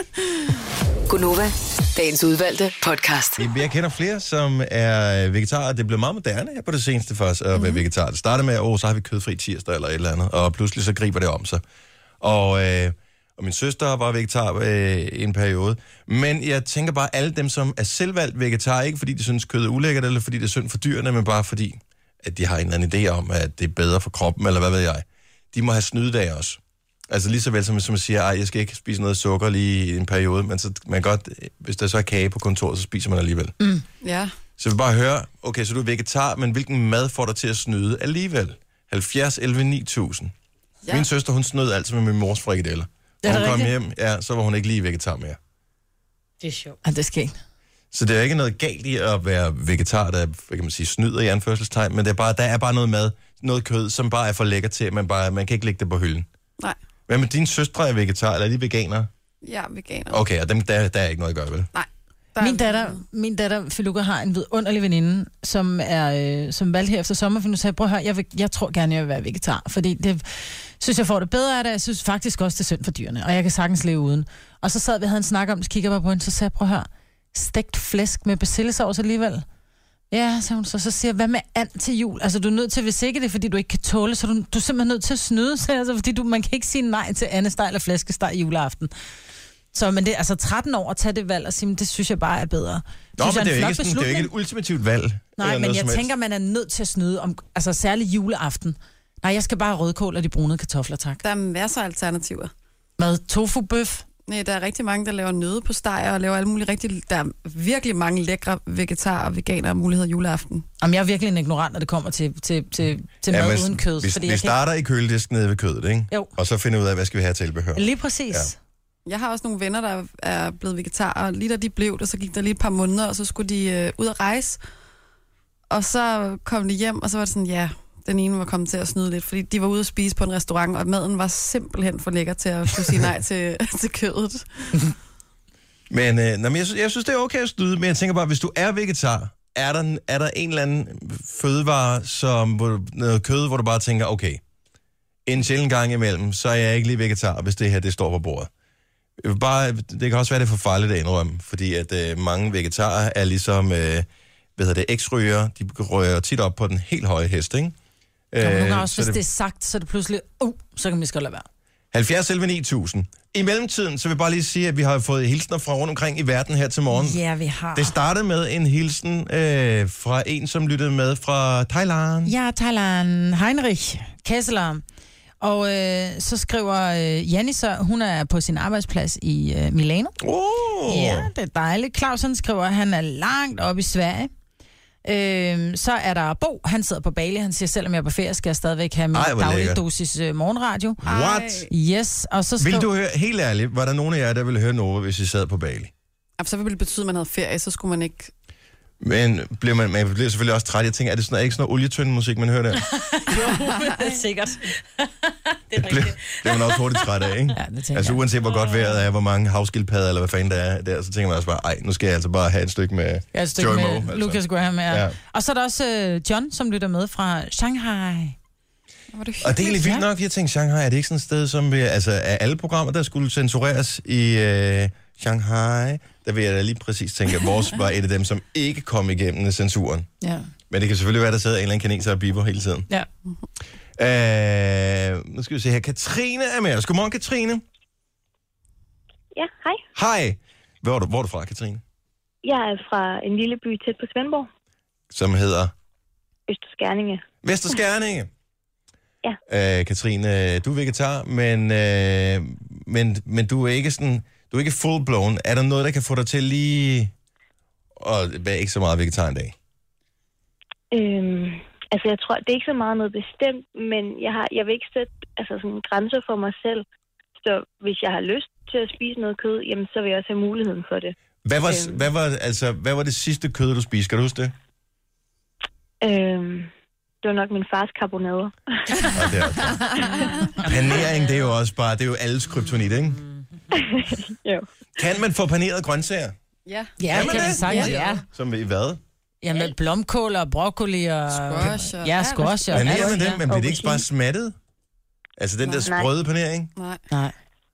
Gunova, dagens udvalgte podcast. Jamen, Jeg kender flere, som er vegetarer. Det blev meget moderne her på det seneste for os at Mhm. være vegetar. Det startede med, at åh, så har vi kødfri tirsdag eller et eller andet, og pludselig så griber det om sig. Og, øh, og min søster var vegetar øh, i en periode. Men jeg tænker bare, alle dem, som er selvvalgt vegetar, ikke fordi de synes kød er ulækkert, eller fordi det er synd for dyrene, men bare fordi, at de har en eller anden idé om, at det er bedre for kroppen, eller hvad ved jeg. De må have snydedage også. Altså lige så vel som, som man siger, at jeg skal ikke spise noget sukker lige i en periode, men så man godt, hvis der så er kage på kontoret, så spiser man alligevel. Mm. Ja. Så jeg vil bare høre, okay, så du er vegetar, men hvilken mad får dig til at snyde alligevel? halvfjerds elleve ni tusind. Ja. Min søster, hun snød altid med min mors frikadeller. Er Når det hun kom rigtigt? hjem, ja, så var hun ikke lige vegetar mere. Det er sjovt. Ja, det sker ikke. Så det er ikke noget galt i at være vegetar, der hvad kan man sige, snyder i anførselstegn, men det er bare, der er bare noget mad, noget kød, som bare er for lækker til, at man, bare, man kan ikke lægge det på hylden. Nej. Hvad med dine søstre er vegetar, eller er de veganere? Ja, veganer. Okay, og dem, der, der er ikke noget at gøre, vel? Nej. Der er- Min datter, min datter Filuka har en vidunderlig veninde, som er øh, som valgte her efter sommerferien. Hun sagde, prøv at høre, jeg, vil, jeg tror gerne, jeg vil være vegetar, fordi det synes jeg får det bedre af det. Jeg synes faktisk også, det er synd for dyrene, og jeg kan sagtens leve uden. Og så sad vi og havde en snak om det, så kiggede jeg bare på hende, så sagde jeg, prøv at høre, stegt flæsk med persillesovs alligevel. Ja, så hun så, så siger jeg, hvad med and til jul? Altså, du er nødt til, hvis ikke det er, fordi du ikke kan tåle, så er du, du er simpelthen nødt til at snyde, så altså, fordi du, man kan ikke sige nej til andesteg eller flæskesteg juleaften. Så, men det er altså tretten år at tage det valg og sige, men det synes jeg bare er bedre. Nå, Synes men jeg det er, jo en ikke flot sådan, det er jo ikke et beslutning. ultimativt valg. Nej, eller men noget jeg som helst. tænker, man er nødt til at snyde om, altså særlig juleaften. Nej, jeg skal bare have rødkål og de brunede kartofler, tak. Der er masser af alternativer. Mad, tofu-bøf. Nej, der er rigtig mange, der laver nøde på steg og laver alle mulige rigtig... Der er virkelig mange lækre vegetar- og veganer muligheder juleaften. Jamen, jeg er virkelig en ignorant, når det kommer til, til, til, til Ja, mad men uden kød. Vi, fordi vi jeg starter i køledisken nede ved kødet, ikke? Jo. Og så finder vi ud af, hvad skal vi have til tilbehør. kan... Lige præcis. Ja. Ja. Jeg har også nogle venner, der er blevet vegetarer, og lige da de blev det, så gik der lige et par måneder, og så skulle de øh, ud at rejse. Og så kom de hjem, og så var det sådan, ja, den ene var kommet til at snyde lidt, fordi de var ude at spise på en restaurant, og maden var simpelthen for lækker til at kunne sige nej til, til kødet. Men, øh, nå, men jeg, synes, jeg synes, det er okay at snyde, men jeg tænker bare, hvis du er vegetar, er der, er der en eller anden fødevare, som, hvor, noget kød, hvor du bare tænker, okay, en sjældent gang imellem, så er jeg ikke lige vegetar, hvis det her, det står på bordet. Jeg vil Bare, det kan også være, det er for farligt at indrømme, fordi at øh, mange vegetarer er ligesom, øh, hvad hedder det, eksryger, de rører tit op på den helt høje hest, ikke? Og nogle gange Øh, også, så hvis det- det er sagt, så er det pludselig, uh, så kan man lige så godt lade være. halvfjerds elleve ni tusind. I mellemtiden, så vil jeg bare lige sige, at vi har fået hilsner fra rundt omkring i verden her til morgen. Ja, vi har. Det startede med en hilsen øh, fra en, som lyttede med fra Thailand. Ja, Thailand. Heinrich Kessler. Og øh, så skriver øh, Janni så, hun er på sin arbejdsplads i øh, Milano. Oh. Ja, det er dejligt. Claus han skriver, at han er langt oppe i Sverige. Øh, så er der Bo, han sidder på Bali. Han siger, selvom jeg er på ferie, skal jeg stadigvæk have min Ej, hvor daglige lækkert. dosis øh, morgenradio. What? Yes, og så Vil skriver... du høre, helt ærligt, var der nogen af jer, der ville høre Nova, hvis I sad på Bali? Og så ville det betyde, at man havde ferie, så skulle man ikke... Men bliver man, man bliver selvfølgelig også træt. Jeg tænker, er det sådan, er ikke sådan noget olietønde-musik, man hører der? Jo, det er sikkert. det er Det bliver, bliver man også hurtigt træt af, ikke? Ja, det tænker Altså jeg. uanset hvor godt vejret er, hvor mange havskildpadder, eller hvad fanden der er der, så tænker man også bare, ej, nu skal jeg altså bare have et stykke med Ja, et stykke Joey med Moe, altså. Lucas Graham, ja. Ja. ja. Og så er der også uh, John, som lytter med fra Shanghai. Var det Og det er egentlig vildt Ja. nok, jeg tænker, Shanghai, er det ikke sådan et sted, som vil, altså er alle programmer, der skulle censureres i øh, Shanghai, der vil jeg da lige præcis tænke, at vores var et af dem, som ikke kom igennem censuren. Ja. Men det kan selvfølgelig være, der sidder en eller anden kineser og biber hele tiden. Ja. Øh, nu skal vi se her. Katrine er med os. Godmorgen, Katrine. Ja, hej. Hej. Hvor er du, hvor er du fra, Katrine? Jeg er fra en lille by tæt på Svendborg, Som hedder Østerskærninge. Vesterskærninge. Ja. Øh, Katrine, du er vegetar, men, øh, men, men du er ikke sådan, du er ikke full blown. Er der noget, der kan få dig til lige at være ikke så meget vegetar en dag? Øhm, altså, jeg tror, det er ikke så meget noget bestemt, men jeg, har, jeg vil ikke sætte altså, sådan grænser for mig selv. Så hvis jeg har lyst til at spise noget kød, jamen, så vil jeg også have muligheden for det. Hvad var, Øhm. hvad var, altså, hvad var det sidste kød, du spiste? Kan du huske det? Øhm, det var nok min fars karbonader. Ja, det er altså. Panering, det er jo også bare, det er jo alles kryptonit, ikke? jo. Kan man få paneret grøntsager? Ja. Ja, Kan man kan det? det sagtens, Ja. ja. Som i hvad? Ja, med blomkål og broccoli og... Squash og- Ja, squash og... Panerer alt, man ja. den, men bliver det ikke bare smattet? Altså den der Nej. sprøde panering? Nej. Nej.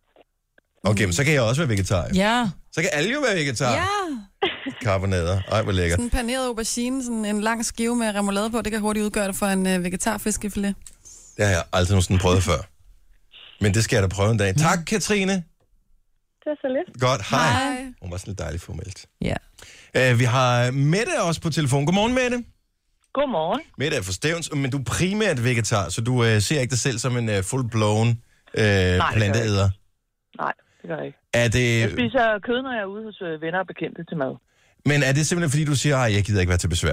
Okay, men så kan jeg også være vegetar. jo. Ja. Så kan alle jo være vegetar. Ja. Karbonader. Ej, hvor lækkert. Sådan en paneret aubergine, sådan en lang skive med remoulade på, det kan hurtigt udgøre det for en uh, vegetarfiskefilet. Det har jeg aldrig nogensinde prøvet før. Men det skal jeg da prøve en dag. Tak, Katrine. Det var så lidt. Godt, hej. Hej. Hun var sådan lidt dejligt formelt. Ja. Uh, vi har Mette også på telefon. Godmorgen, Mette. Godmorgen. Mette er fra Stevns, men du er primært vegetar, så du uh, ser ikke dig selv som en uh, full-blown uh, planteæder. Nej, det gør jeg ikke. Er det... Jeg spiser kød, når jeg er ude hos øh, venner og bekendte til mad. Men er det simpelthen, fordi du siger, at jeg gider ikke være til besvær?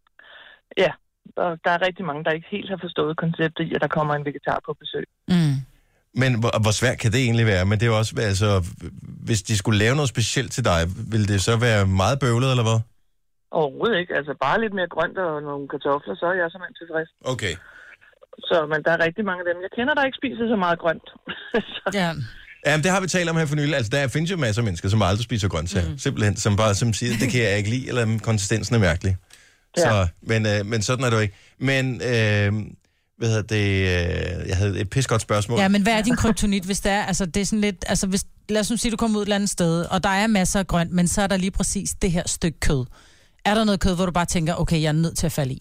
Ja, og der er rigtig mange, der ikke helt har forstået konceptet i, at der kommer en vegetar på besøg. Mm. Men hvor, hvor svært kan det egentlig være? Men det er jo også, altså, hvis de skulle lave noget specielt til dig, ville det så være meget bøvlet, eller hvad? Overhovedet ikke. Altså bare lidt mere grønt og nogle kartofler, så er jeg simpelthen tilfreds. Okay. Så, men der er rigtig mange af dem, jeg kender, der ikke spiser så meget grønt. så, Ja. Jamen, det har vi talt om her for nylig. Altså, der findes jo masser af mennesker, som aldrig spiser grøntsager. Mm. Simpelthen, som bare som siger, det kan jeg ikke lide, eller konsistensen er mærkelig. Ja. Så, men, øh, men sådan er det jo ikke. Men, øh, hvad hedder det, øh, jeg havde et pissegodt spørgsmål. Ja, men hvad er din kryptonit, hvis det er, altså det er sådan lidt, altså hvis, lad os nu sige, du kommer ud et eller andet sted, og der er masser af grønt, men så er der lige præcis det her stykke kød. Er der noget kød, hvor du bare tænker, okay, jeg er nødt til at falde i?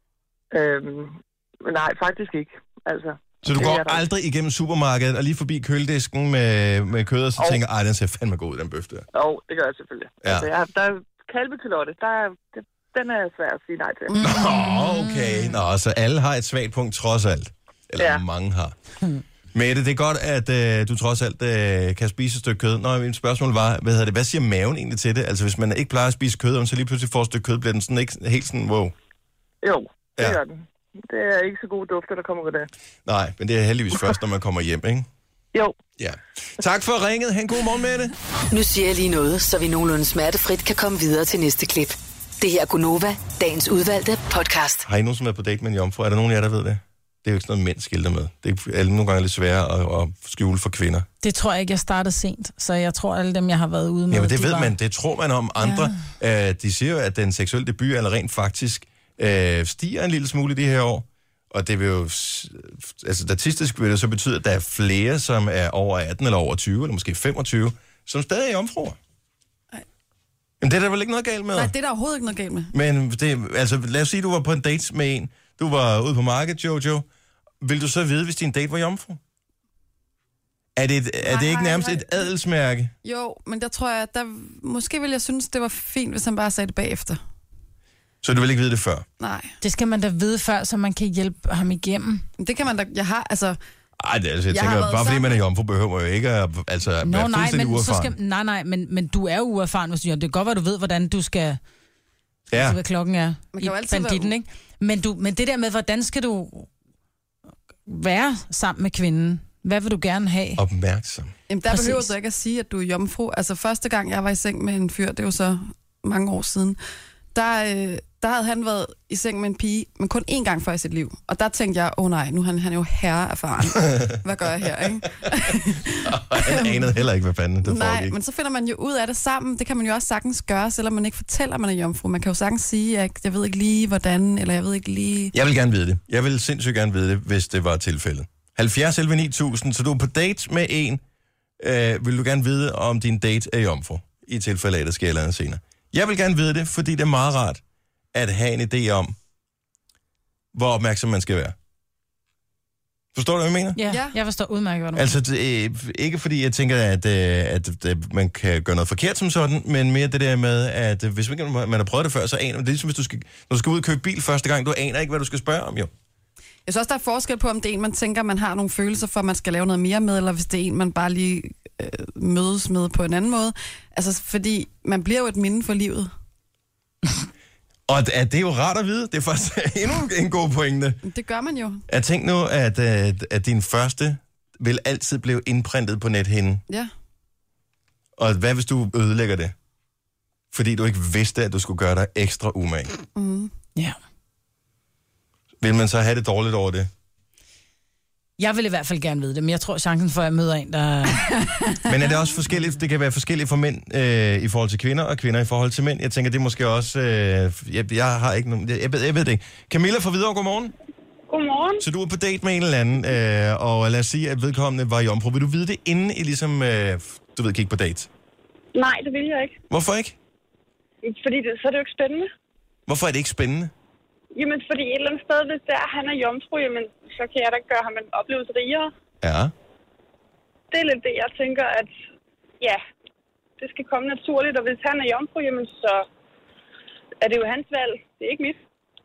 øhm, nej, faktisk ikke. Altså, Så du det går er der. aldrig igennem supermarkedet og lige forbi køledisken med, med kød, og så Og- tænker, ej, den ser fandme god ud, den bøf der. Jo, det gør jeg selvfølgelig. Ja. Altså, jeg, der er kalvekilotte, der er, det, den er svær at sige nej til. Mm. Nå, okay. Nå, så alle har et svagt punkt, trods alt. Eller ja. Ja. mange har. Mette, det er godt, at øh, du trods alt øh, kan spise et stykke kød. Nå, mit spørgsmål var, hvad, hedder det, hvad siger maven egentlig til det? Altså, hvis man ikke plejer at spise kød, og så lige pludselig får et stykke kød, bliver den sådan ikke helt sådan, wow. Jo, det Ja. ja. gør den. Det er ikke så gode dufter, der kommer ud af det. Nej, men det er heldigvis først, når man kommer hjem, ikke? Jo, Ja. Tak for ringet. Ha' en god morgen, Mette. Nu siger jeg lige noget, så vi nogenlunde smertefrit kan komme videre til næste klip. Det her er Gunova, dagens udvalgte podcast. Har I nogen, som er på date med en jomfru? Er der nogen af jer, der ved det? Det er jo ikke sådan noget, mænd skilter med. Det er nogle gange lidt sværere at, at skjule for kvinder. Det tror jeg ikke, jeg startede sent, så jeg tror, alle dem, jeg har været ude med... Jamen, det de ved var... man. Det tror man om andre. Ja. Øh, de siger jo, at den seksuelle debut eller rent faktisk øh, stiger en lille smule i de her år. Og det vil jo... Altså, statistisk vil det så betyde, at der er flere, som er over atten eller over tyve, eller måske femogtyve, som stadig er jomfruer. Nej. Men det er der vel ikke noget galt med? Nej, det er der overhovedet ikke noget galt med. Men det, altså, lad os sige, at du var på en date med en. Du var ude på markedet, Jojo. Vil du så vide, hvis din date var jomfru? Er det, et, er det ikke nærmest et adelsmærke? Jo, men der tror jeg, der måske ville jeg synes, det var fint, hvis han bare sagde det bagefter. Så du vil ikke vide det før? Nej. Det skal man da vide før, så man kan hjælpe ham igennem. Men det kan man da... Jeg har, altså... Ej, det, altså, jeg, Jeg jeg har tænker, været bare fordi sammen- man er jomfru, behøver man jo ikke at altså, Nå, være nej, fuldstændig men, så uerfaren. skal, nej, nej, men, men du er jo uerfaren, hvis du gør det. Det kan godt være, du ved, hvordan du skal... Ja. Altså, hvad klokken er Man i kan jo altid banditten, være- ikke? Men, du, men det der med, hvordan skal du være sammen med kvinden? Hvad vil du gerne have? Opmærksom. Jamen, der Præcis. behøver du ikke at sige, at du er jomfru. Altså, første gang, jeg var i seng med en fyr, det er jo så mange år siden, der, øh, der havde han været i seng med en pige, men kun én gang før i sit liv. Og der tænkte jeg, åh oh, nej, nu er han, han er jo herre af faren. Hvad gør jeg her, ikke? Og han anede heller ikke, hvad fanden det Nej, foregik. men så finder man jo ud af det sammen. Det kan man jo også sagtens gøre, selvom man ikke fortæller, at man er jomfru. Man kan jo sagtens sige, at jeg ved ikke lige, hvordan, eller jeg ved ikke lige... Jeg vil gerne vide det. Jeg vil sindssygt gerne vide det, hvis det var tilfældet. halvfjerds elleve ni tusind, så du er på date med en. Øh, vil du gerne vide, om din date er jomfru? I tilfælde af, der sker eller andet senere. Jeg vil gerne vide det, fordi det er meget rart at have en idé om, hvor opmærksom man skal være. Forstår du, hvad jeg mener? Ja, Ja. jeg forstår udmærket, hvad du Altså, det, øh, ikke fordi jeg tænker, at, øh, at, at man kan gøre noget forkert som sådan, men mere det der med, at øh, hvis man, ikke- man har prøvet det før, så aner man. Det er ligesom, hvis du skal, når du skal ud og købe bil første gang, du aner ikke, hvad du skal spørge om, jo. Jeg synes også, der er forskel på, om det er en, man tænker, man har nogle følelser for, man skal lave noget mere med, eller hvis det er en, man bare lige øh, mødes med på en anden måde. Altså, fordi man bliver jo et minde for livet. Og at det er jo rart at vide. Det er faktisk endnu en god pointe. Det gør man jo. Jeg tænker nu, at, at, at din første vil altid blive indprintet på nethinden. Ja. Og hvad hvis du ødelægger det? Fordi du ikke vidste, at du skulle gøre dig ekstra umage. Mm. Ja. Vil man så have det dårligt over det? Jeg vil i hvert fald gerne vide det, men jeg tror, chancen for, at jeg møder en, der... Men er det også forskelligt? Det kan være forskelligt for mænd øh, i forhold til kvinder, og kvinder i forhold til mænd. Jeg tænker, det er måske også... Øh, jeg, jeg har ikke nogen... Jeg, jeg, ved, jeg ved det ikke. Camilla fra Hvidovre, godmorgen. Godmorgen. Så du er på date med en eller anden, øh, og lad os sige, at vedkommende var jomfru. Vil du vide det, inden I ligesom, øh, du ved, gik på date? Nej, det vil jeg ikke. Hvorfor ikke? Fordi det, så er det jo ikke spændende. Hvorfor er det ikke spændende? Jamen, fordi et eller andet sted, hvis det er, at han er jomfru, jamen, så kan jeg da gøre ham en oplevelse rigere. Ja. Det er lidt det, jeg tænker, at ja, det skal komme naturligt. Og hvis han er jomfru, jamen, så er det jo hans valg. Det er ikke mit.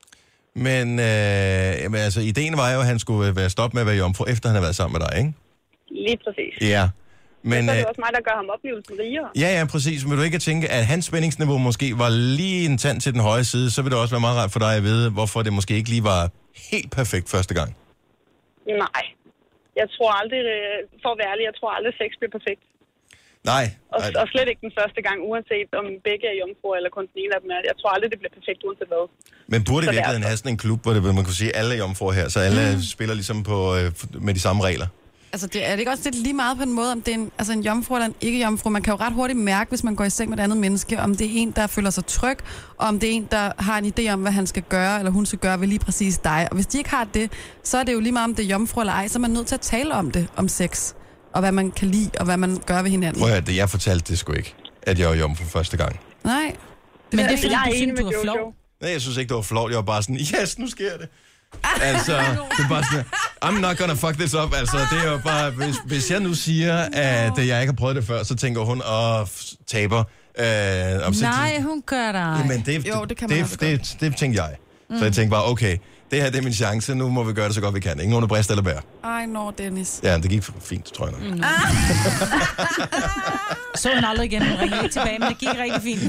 Men øh, jamen, altså, ideen var jo, at han skulle være stoppet med at være jomfru, efter han har været sammen med dig, ikke? Lige præcis. Ja. Men, så er det øh, også mig, der gør ham oplevelsen rigere. ja, ja, præcis. Men vil du ikke tænke, at hans spændingsniveau måske var lige en tand til den høje side, så vil det også være meget rart for dig at vide, hvorfor det måske ikke lige var helt perfekt første gang. Nej. Jeg tror aldrig, øh, for at være ærlig, jeg tror aldrig, sex bliver perfekt. Nej. Og, nej. og slet ikke den første gang, uanset om begge er jomfru, eller kun den ene af dem er. Jeg tror aldrig, det bliver perfekt, uanset hvad. Men burde i Så virkeligheden derfor. have sådan en klub, hvor, det, hvor man kunne sige, at alle er jomfruer her, så alle mm. spiller ligesom på, øh, med de samme regler? Altså, det er det ikke også lidt lige meget på en måde, om det er en, altså en jomfru eller en ikke-jomfru? Man kan jo ret hurtigt mærke, hvis man går i seng med et andet menneske, om det er en, der føler sig tryg, og om det er en, der har en idé om, hvad han skal gøre, eller hun skal gøre ved lige præcis dig. Og hvis de ikke har det, så er det jo lige meget, om det er jomfru eller ej, så er man nødt til at tale om det, om sex, og hvad man kan lide, og hvad man gør ved hinanden. Prøv at høre, det jeg fortalte det sgu ikke, at jeg var jomfru første gang. Nej. Men det er fordi, Jeg er du enig synes, med du er Jojo. flov. Nej, jeg synes ikke, det var flot. Jeg var bare sådan, yes, nu sker det. Altså, det er bare sådan, I'm not gonna fuck this up. Altså, det er jo bare, hvis, hvis jeg nu siger, at jeg ikke har prøvet det før, så tænker hun, åh, taber. Øh, om så- Nej, hun gør dig. Jamen, det, Jo, det kan man det, også det, det, det tænkte jeg. Mm. Så jeg tænkte bare, okay, det her det er min chance, nu må vi gøre det så godt vi kan. Ikke nogen, der brister eller bærer. Ej, nå, Dennis. Ja, det gik fint, tror jeg nok. Mm. Så hun aldrig igen. Hun ringede ikke tilbage, men det gik rigtig fint.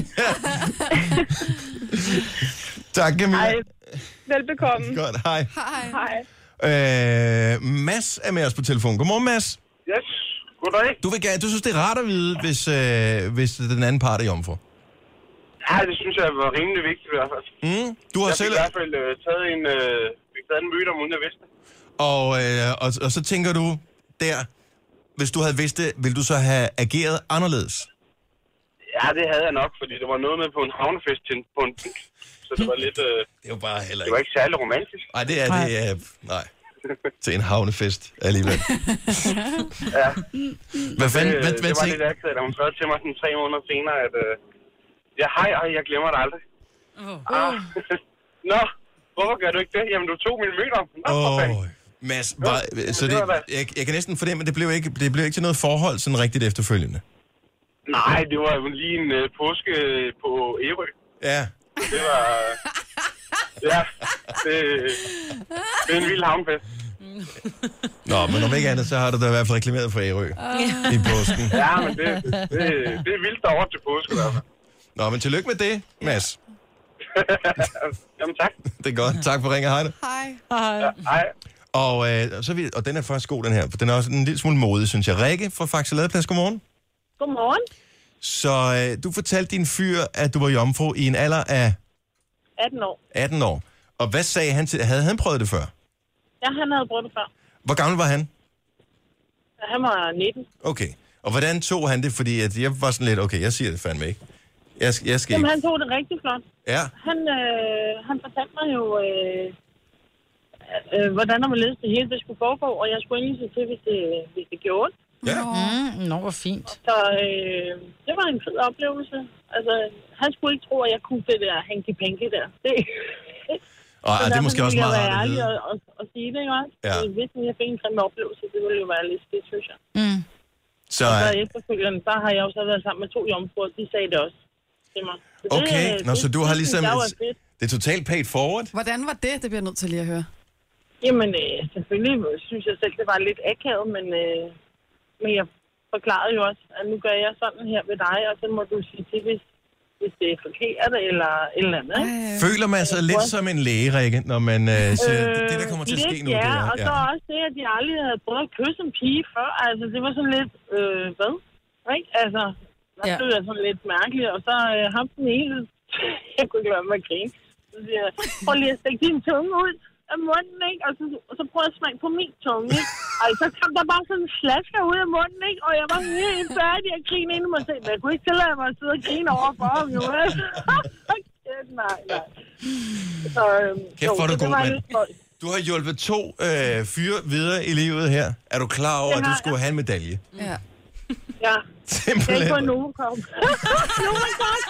Tak, Camilla. Ej, velbekomme. Godt, hej. Hej. Hej. Øh, Mads er med os på telefon. Godmorgen, Mads. Yes, goddag. Du, vil, gerne- du synes, det er rart at vide, hvis, øh, hvis den anden part er jomfru? Ja, det synes jeg var rimelig vigtigt i hvert fald. Mm. Du har Jeg fik selv... i hvert fald øh, taget en, øh, fik taget en møde om, uden jeg vidste det. Og, øh, og, og så tænker du der, hvis du havde vidst det, ville du så have ageret anderledes? Ja, det havde jeg nok, fordi det var noget med på en havnefest til, på en bænk. Så det var lidt... Øh, Det er jo bare heller det var ikke... ikke særlig romantisk. Nej, det er det. Er, nej. Til en havnefest alligevel. Ja. Hvad fanden? Det, Hvad, det hvad var tænk... lidt akavet, da hun skrev til mig sådan tre måneder senere, at... Øh, ja, hej, ej, jeg glemmer det aldrig. Oh. Ah. Nå, hvorfor gør du ikke det? Jamen, du tog min møder. Nå, for fanden. Åh, Mads, var, så det det, var hvad? jeg, jeg kan næsten fornemme, at det blev ikke, det blev ikke til noget forhold sådan rigtigt efterfølgende. Nej, det var jo lige en øh, påske på Ærø. Ja. Det var... Ja, det, det er en vild havnfest. Nå, men om ikke andet, så har du da i hvert fald reklameret for Ærø Uh. i påsken. Ja, men det, det, det er vildt derovre til påske, i hvert fald. Nå, men tillykke med det, Mads. Jamen tak. Det er godt. Tak for ringen. Hej det. Hej. Ja, hej. Og, øh, så vi, og den er faktisk god, den her. For den er også en lille smule modig, synes jeg. Rikke fra Faxe Ladeplads, godmorgen. Godmorgen. Så øh, du fortalte din fyr, at du var jomfru i en alder af atten år. atten år. Og hvad sagde han til... Havde han prøvet det før? Ja, han havde prøvet det før. Hvor gammel var han? Han var nitten. Okay. Og hvordan tog han det? Fordi at jeg var sådan lidt, okay, jeg siger det fandme ikke. Jeg, skal, jeg skal Jamen, ikke. han tog det rigtig flot. Ja. Han, øh, han fortalte mig jo, øh, øh, hvordan der var ledes det hele, det skulle foregå, og jeg skulle egentlig se til, hvis det, hvis det gjorde. Ja. Mm, nå, hvor fint. Så øh, det var en fed oplevelse. Altså, han skulle ikke tro, at jeg kunne det der hanky-panky der. Det, Og er det måske også meget rart at ærlig vide. og, og, og sige det, ikke også? Ja. Hvis jeg fik en grimme oplevelse, det ville jo være lidt skidt, synes jeg. Mm. Så, Og så efterfølgende, der har jeg jo så været sammen med to jomfruer, de sagde det også til mig. Så det, okay, Nå, det, så du har det, ligesom... synes jeg var fedt. Det er totalt paid forward. Hvordan var det? Det bliver jeg nødt til lige at høre. Jamen, øh, selvfølgelig synes jeg selv, det var lidt akavet, men, øh, men jeg forklarede jo også, at nu gør jeg sådan her ved dig, og så må du sige til, hvis, hvis det er forkert eller et eller andet. Ikke? Føler man sig lidt som en læge, Rikke, når man øh, siger, øh, det, der kommer til at ske lidt, nu, ja, det er... og så også det, at de aldrig havde prøvet at kysse en pige før. Altså, det var sådan lidt, øh, hvad? Ikke? Altså, der Ja. blev jeg sådan lidt mærkelig, og så øh, ham den ene, jeg kunne ikke lade mig at grine. Så siger jeg, prøv lige at stikke din tunge ud af munden, ikke? Og så, og så prøv at smage på min tunge, ikke? Og så kom der bare sådan en slasker ud af munden, ikke? Og jeg var helt færdig at grine ind i mig selv, men jeg kunne ikke tillade mig at sidde og grine over for ham, jo. nej, nej. Så, øhm, Kæft, hvor er du så det god, var mand. lidt spøjst. Du har hjulpet to øh, fyre videre i livet her. Er du klar over, Det at du har skulle have en medalje? Ja. Ja, Simpelthen. det er på Novacom. Novacom!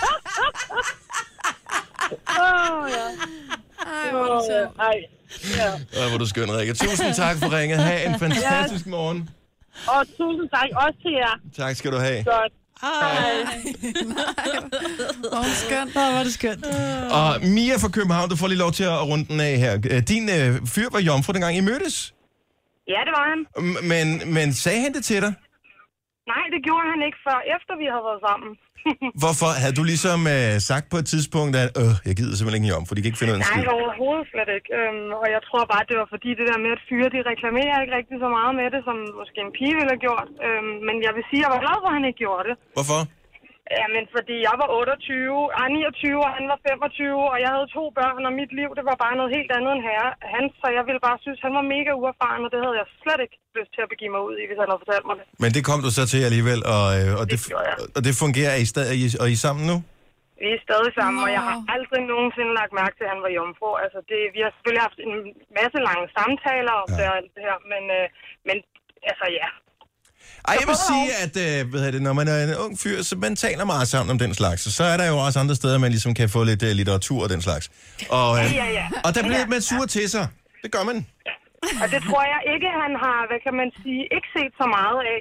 Åh, ja. Ej, hvor er det sjovt. Ej, ja. Åh, hvor er du skøn, Rikke. Tusind tak for ringet. Ha' en fantastisk morgen. Og tusind tak også til jer. Tak skal du have. Godt. Hej. Hvor er det skønt. Hvor var det skønt. Og Mia fra København, du får lige lov til at runde den af her. Din øh, fyr var jomfru, dengang I mødtes. Ja, det var han. M- Men, men sagde han det til dig? Nej, det gjorde han ikke før, efter vi havde været sammen. Hvorfor? Havde du ligesom øh, sagt på et tidspunkt, at øh, jeg gider simpelthen ikke jomfru, de kan ikke finde ud af en skid? Nej, overhovedet slet ikke. Øhm, og jeg tror bare, det var fordi det der med at fyre, de reklamerer ikke rigtig så meget med det, som måske en pige ville have gjort. Øhm, men jeg vil sige, at jeg var glad for, at han ikke gjorde det. Hvorfor? Jamen, fordi jeg var otteogtyve, ej, niogtyve, og han var femogtyve, og jeg havde to børn, og mit liv, det var bare noget helt andet end herre. Han, så jeg ville bare synes, han var mega uerfaren, og det havde jeg slet ikke lyst til at begive mig ud i, hvis han havde fortalt mig det. Men det kom du så til alligevel, og, øh, og, det, og det fungerer. Er I, stadig, er I, og I sammen nu? Vi er stadig sammen, og jeg har aldrig nogensinde lagt mærke til, at han var jomfru. Altså, det, vi har selvfølgelig haft en masse lange samtaler om ja. det og alt det her, men, øh, men altså, ja. Ej, jeg vil sige, at øh, hvad det, når man er en ung fyr, så man taler meget sammen om den slags. Og så er der jo også andre steder, man ligesom kan få lidt uh, litteratur og den slags. Og, øh, ja, ja, ja. og der bliver ja, man sur til sig. Det gør man. Ja. Og det tror jeg ikke, han har, hvad kan man sige, ikke set så meget af.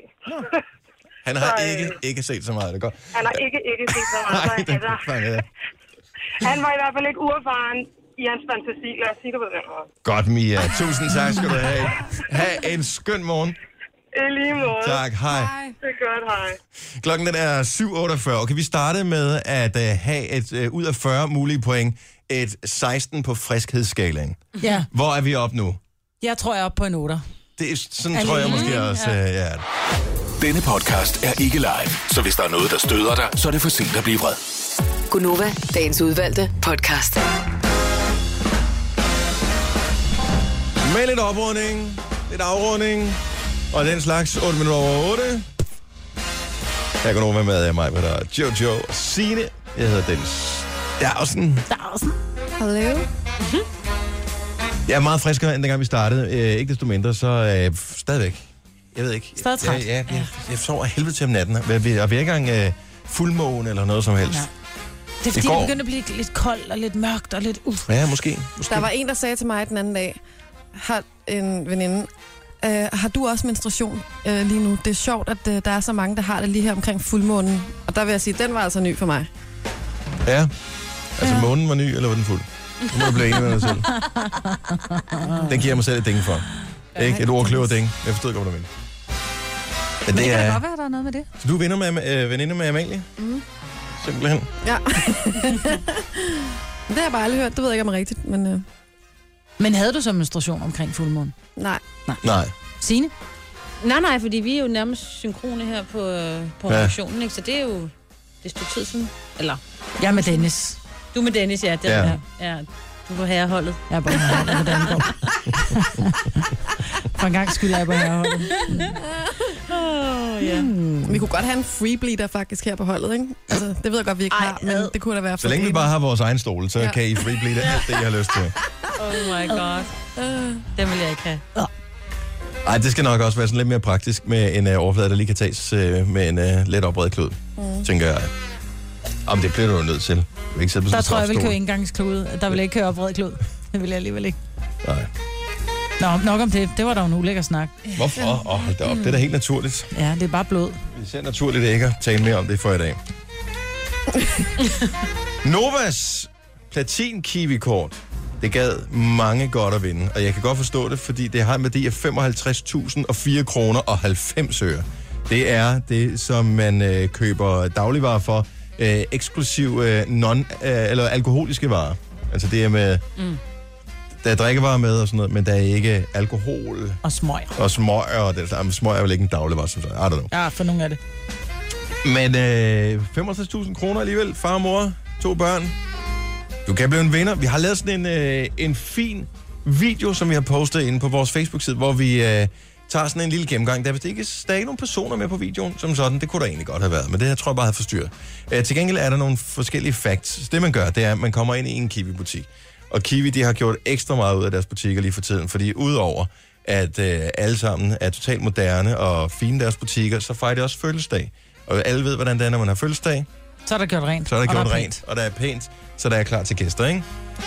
Han har så, øh, ikke, ikke set så meget, det er godt. Han har ikke, ikke set så meget. Nej, det altså, er ja. Han var i hvert fald ikke uerfaren i hans fantasi, lad os sige det på den måde. Godt, Mia. Tusind tak skal du have. Ha' en skøn morgen. I lige måde. Tak, hej. Det er godt, hej. Klokken den er syv otteogfyrre. Okay, vi startede med at uh, have et uh, ud af fyrre mulige point, et seksten på friskhedsskalaen. Ja. Hvor er vi op nu? Jeg tror, jeg er oppe på en otter. Det er, sådan Alene. Tror jeg måske også, ja. Uh, ja. Denne podcast er ikke live, så hvis der er noget, der støder dig, så er det for sent at blive vred. Gunova, dagens udvalgte podcast. Med lidt oprunding, lidt afrunding, og den slags otte minutter over otte. Jeg går over med mig, med der Jojo og Signe. Jeg hedder Dennis. Dausen. Dausen. Hallo. Jeg er meget friskere, end dengang vi startede. Øh, ikke desto mindre, så øh, stadigvæk. Jeg ved ikke. Stadig træt. Jeg, jeg, jeg, jeg sover helvede til om natten. Jeg er vi ikke engang øh, fuldmåne eller noget som helst. Ja. Det er fordi, det begynder at blive lidt koldt og lidt mørkt og lidt... Uh. Ja, måske, måske. Der var en, der sagde til mig den anden dag, har en veninde, øh, har du også menstruation øh, lige nu? Det er sjovt, at øh, der er så mange, der har det lige her omkring fuldmånen. Og der vil jeg sige, den var altså ny for mig. Ja. Altså, ja. Månen var ny, eller var den fuld? Nu må du blive enig med dig selv. Den giver jeg mig selv et ding for. Ja, ikke? Et ordkløver ding. Jeg forstod ikke, hvad du mener. Men det, det kan er... godt være, der er noget med det. Så du er venner med, øh, veninde med Amalie? Mm. Simpelthen. Ja. Det har jeg bare aldrig hørt. Det ved jeg ikke, om er rigtigt. Men, øh... men havde du så menstruation omkring fuldmånen? Nej. Nej. Nej. Signe? Nej, nej, fordi vi er jo nærmest synkrone her på, på Ja. redaktionen, ikke? Så det er jo det stykke tid siden. Eller? Jeg er med Dennis. Du med Dennis, ja. Den, Ja. ja. ja. Du er på herreholdet. Jeg er på herreholdet, hvordan det går. For en gang skyld er jeg på herreholdet. Oh, ja. Hmm. Vi kunne godt have en freebleeder faktisk her på holdet, ikke? Altså, det ved jeg godt, vi ikke Ej, har, men det kunne da være for Så længe vi bare har vores egen stol, så Ja. ja. kan I freebleede alt det, I har lyst til. Oh my god. Den vil jeg ikke have. Ej, det skal nok også være sådan lidt mere praktisk med en uh, overflade, der lige kan tages uh, med en uh, let opredet klud, mm. tænker jeg. Om det bliver du jo nødt til. Du vil ikke sidde på Der sådan tror jeg, jeg vil en køre indgangsklude. Der vil jeg ikke køre opredet klud. Det vil jeg alligevel ikke. Nej. Nå, nok om det. Det var da en ulækker snak. Hvorfor? Åh, oh, hold da op. Det er da helt naturligt. Ja, det er bare blod. Vi ser naturligt ikke at tale mere om det for i dag. Novas platin-kiwi-kort. Det gad mange godt at vinde, og jeg kan godt forstå det, fordi det har en værdi af femoghalvtreds tusind og fire kroner og halvfems øre. Det er det, som man øh, køber dagligvarer for. Øh, eksklusiv øh, non, øh, eller alkoholiske varer. Altså det er med... Mm. Der er drikkevarer med og sådan noget, men der er ikke alkohol. Og smøg. Og smøg, og det, der, smøg er vel ikke en dagligvare, som så. I don't know. Ja, for nogle af det. Men øh, femoghalvtreds tusind kroner alligevel. Far og mor, to børn. Du kan blive en vinder. Vi har lavet sådan en, øh, en fin video, som vi har postet inde på vores Facebook-side, hvor vi øh, tager sådan en lille gennemgang. Der er vist ikke, der er ikke nogen personer med på videoen som sådan. Det kunne der egentlig godt have været, men det her tror jeg bare havde forstyrret. Øh, til gengæld er der nogle forskellige facts. Så det man gør, det er, at man kommer ind i en Kiwi-butik. Og Kiwi, de har gjort ekstra meget ud af deres butikker lige for tiden, fordi udover at øh, alle sammen er totalt moderne og fine deres butikker, så fejrer de også fødselsdag. Og alle ved, hvordan det er, når man har fødselsdag. Så er der gjort rent. Så er der og gjort der er rent, pænt. og der er pænt, så der er klar til gæster, ikke?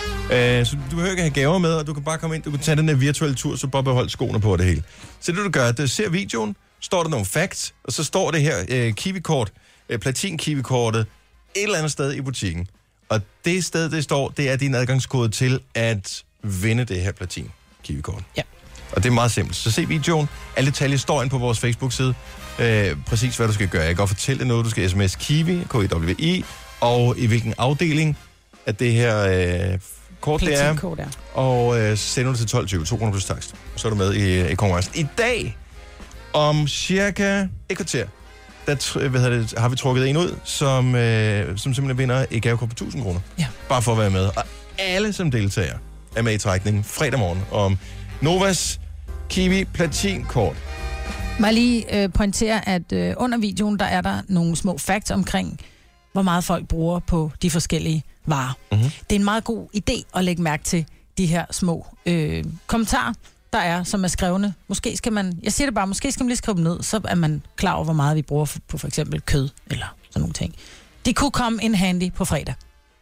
Øh, så du behøver ikke have gaver med, og du kan bare komme ind, du kan tage den der virtuelle tur, så bare beholde skoene på det hele. Så det du gør, det ser videoen, står der nogle facts, og så står det her øh, Kiwi-kort, øh, platin-Kiwi-kortet, et eller andet sted i butikken. Og det sted, det står, det er din adgangskode til at vinde det her platin-Kiwi-kort. Ja. Og det er meget simpelt. Så se videoen. Alle detaljer står inde på vores Facebook-side. Øh, præcis hvad du skal gøre. Jeg kan godt fortælle dig noget. Du skal sms Kiwi, K I W I, og i hvilken afdeling at det her øh, kort det er. Platinkort er. Og øh, sender du til tolv tyve, to kroner plus takst. Så er du med i, i konkurrencen. I dag, om cirka et kvarter, der hvad hedder det, har vi trukket en ud, som, øh, som simpelthen vinder et gavekort på tusind kroner. Ja. Bare for at være med. Og alle, som deltager, er med i trækningen fredag morgen om Novas Kiwi Platin-kort. Må jeg lige øh, pointere, at øh, under videoen, der er der nogle små facts omkring, hvor meget folk bruger på de forskellige varer. Mm-hmm. Det er en meget god idé at lægge mærke til de her små øh, kommentarer, der er, som er skrevne. Måske skal man, jeg siger det bare, måske skal man lige skrive dem ned, så er man klar over, hvor meget vi bruger på for eksempel kød, eller sådan nogle ting. Det kunne komme in handy på fredag.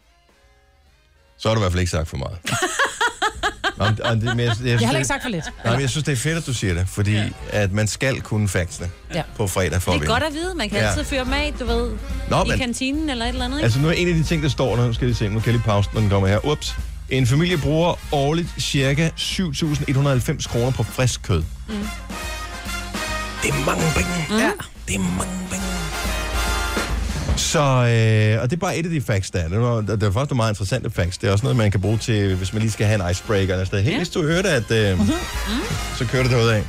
Så har du i hvert fald ikke sagt for meget. Nå, men, og det, men jeg, jeg, Jeg har det- heller ikke sagt for lidt. Nej, men jeg synes, det er fedt, at du siger det, fordi ja. at man skal kunne factsene Ja. på fredag for Det at er vinde. godt at vide. Man kan Ja. altid fyre dem af, du ved, Nå, i men- kantinen eller et eller andet, ikke? Altså nu er en af de ting, der står der, nu skal vi se, nu kan jeg lige pause, når den kommer her. Ups. En familie bruger årligt cirka syv tusind et hundrede og halvfems kroner på frisk kød. Mm. Det er mange penge. Mm. Ja. Det er mange penge. Så, øh, og det er bare et af de facts, der er. Det er, det er faktisk meget interessante facts. Det er også noget, man kan bruge til, hvis man lige skal have en icebreaker eller sådan. Hey, Ja. hvis du hørte, at øh, Mm. så kører det derudad.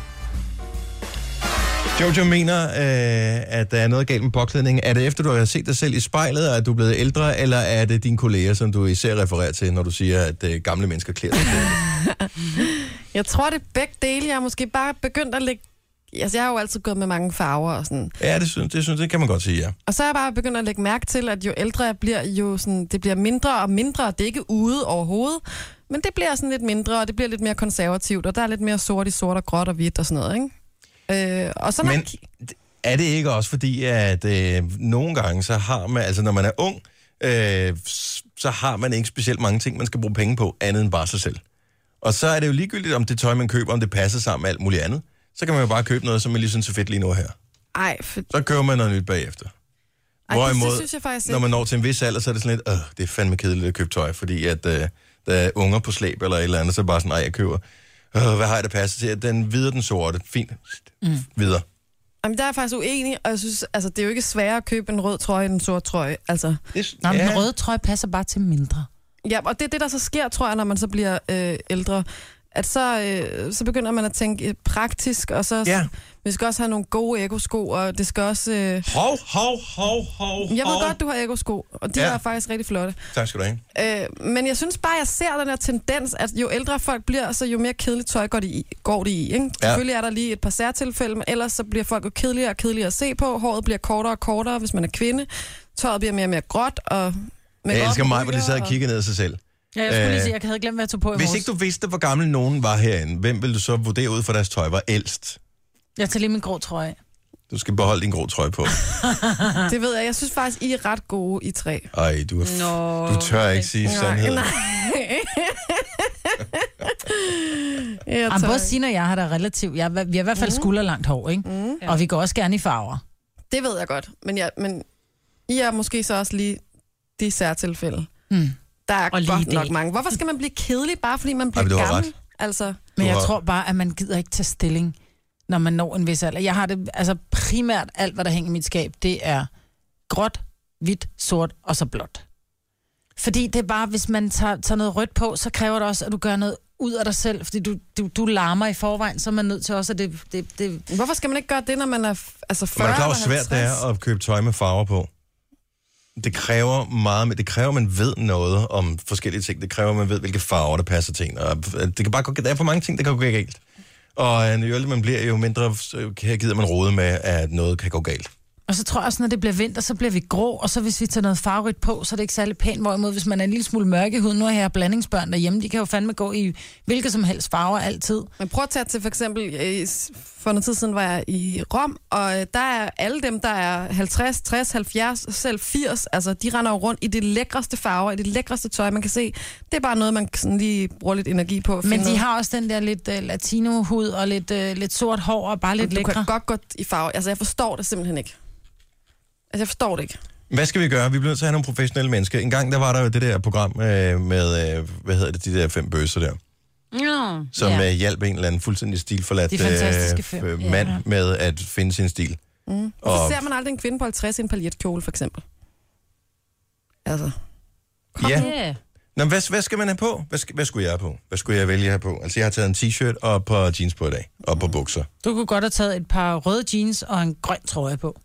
Jojo mener, øh, at der er noget galt med påklædningen. Er det efter, du har set dig selv i spejlet, og at du er blevet ældre, eller er det dine kolleger, som du især refererer til, når du siger, at øh, gamle mennesker klæder sig? Jeg tror, det er begge dele. Jeg har måske bare begyndt at lægge... Altså, jeg har jo altid gået med mange farver og sådan. Ja, det synes, det synes det kan man godt sige, ja. Og så er jeg bare begyndt at lægge mærke til, at jo ældre jeg bliver, jo sådan, det bliver mindre og mindre. Det er ikke ude overhovedet, men det bliver sådan lidt mindre, og det bliver lidt mere konservativt, og der er lidt mere sort i sort og gråt og hvidt og sådan noget, ikke? Øh, og så når Men er det ikke også fordi, at øh, nogle gange, så har man, altså når man er ung, øh, s- så har man ikke specielt mange ting, man skal bruge penge på, andet end bare sig selv. Og så er det jo ligegyldigt, om det tøj, man køber, om det passer sammen med alt muligt andet. Så kan man jo bare købe noget, som man lige synes er fedt lige nu her. Ej, for... Så køber man noget nyt bagefter. Ej, det, Hvorimod, det synes jeg faktisk når ikke. man når til en vis alder, så er det sådan lidt, øh, det er fandme kedeligt at købe tøj, fordi at øh, der er unger på slæb eller et eller andet, så er det bare sådan, nej, jeg køber, øh, hvad har jeg, der passer til? Den hvide, den sorte, fint, Mm. videre. Jamen, der er jeg faktisk uenig, og jeg synes, altså, det er jo ikke sværere at købe en rød trøje end en sort trøje. Altså. Det, Nå, men den røde trøje passer bare til mindre. Ja, og det er det, der så sker, tror jeg, når man så bliver øh, ældre. at så, øh, så begynder man at tænke øh, praktisk, og så Ja. vi skal også have nogle gode Ego-sko, og det skal også... Øh, Hov, hov, hov, hov, jeg ved hov. godt, du har Ego-sko, og de Ja. er faktisk rigtig flotte. Tak skal du have. Øh, men jeg synes bare, jeg ser den her tendens, at jo ældre folk bliver, så jo mere kedeligt tøj går de i. Går de i ikke? Ja. Selvfølgelig er der lige et par særtilfælde, men ellers så bliver folk jo kedeligere og kedeligere at se på. Håret bliver kortere og kortere, hvis man er kvinde. Tøjet bliver mere og mere gråt. Og Jeg elsker mig, hvor de sad og kiggede ned af sig selv. Ja, jeg skulle lige Øh, sige, jeg havde glemt, hvad jeg tog på i Hvis morges. ikke du vidste, hvor gammel nogen var herinde, hvem ville du så vurdere ud fra deres tøj var ældst? Jeg tager lige min grå trøje. Du skal beholde din grå trøje på. Det ved jeg. Jeg synes faktisk, I er ret gode i tre. Ej, du, er f- Nå, du tør ikke sige sandheden. Nej. Jeg Jamen, tør både ikke. Signe og jeg har da relativt... Jeg, vi har i hvert fald skulderlangt hår, ikke? Mm. Og vi går også gerne i farver. Det ved jeg godt. Men, jeg, men I er måske så også lige de særtilfælde. Mm. Der er Og lige godt det. nok mange. Hvorfor skal man blive kedelig, bare fordi man Ej, bliver men du har gammel? ret. Altså, Men Du jeg har- tror bare, at man gider ikke tage stilling, når man når en vis alder. Jeg har det, altså primært alt, hvad der hænger i mit skab, det er gråt, hvidt, sort og så blåt. Fordi det er bare, hvis man tager, tager noget rødt på, så kræver det også, at du gør noget ud af dig selv, fordi du, du, du larmer i forvejen, så er man nødt til også, at det... det, det hvorfor skal man ikke gøre det, når man er f- altså fyrre Man er klar, hvor eller svært det halvtreds? er at købe tøj med farver på. Det kræver meget, men det kræver, at man ved noget om forskellige ting. Det kræver, at man ved, hvilke farver, der passer til en. Og det kan bare gå, der er for mange ting, der kan gå galt. Og jo ældre man bliver, jo mindre så gider man rode med, at noget kan gå galt. Og så tror jeg også, når det bliver vinter, så bliver vi grå, og så hvis vi tager noget farverigt på, så er det ikke særlig pænt. Hvorimod, hvis man er en lille smule mørk i huden, nu har jeg blandingsbørn derhjemme, de kan jo fandme gå i hvilke som helst farver altid. Men prøv at tage til for eksempel, øh, for noget tid siden var jeg i Rom, og øh, der er alle dem, der er halvtreds, tres, halvfjerds, selv firs, altså de render jo rundt i det lækreste farver, i det lækreste tøj, man kan se. Det er bare noget, man sådan lige bruger lidt energi på. At Men finde de noget. har også den der lidt uh, latino-hud og lidt, uh, lidt sort hår og bare lidt du lækre. kan godt gå i farve. Altså, jeg forstår det simpelthen ikke. Altså, jeg forstår det ikke. Hvad skal vi gøre? Vi bliver nødt til at have nogle professionelle mennesker. En gang, der var der jo det der program øh, med, øh, hvad hedder det, de der fem bøsser der, Nå, som ja. øh, hjalp en eller anden fuldstændig stilforladt De fantastiske fem. øh, mand Ja. med at finde sin stil. Mm. Og- Og så ser man aldrig en kvinde på halvtreds i en paljetkjole, for eksempel. Altså. Ja. Yeah. Nå, hvad, hvad skal man have på? Hvad, skal, hvad skulle jeg have på? Hvad skulle jeg vælge at have på? Altså, jeg har taget en t-shirt og et par jeans på i dag. Og på bukser. Du kunne godt have taget et par røde jeans og en grøn trøje på.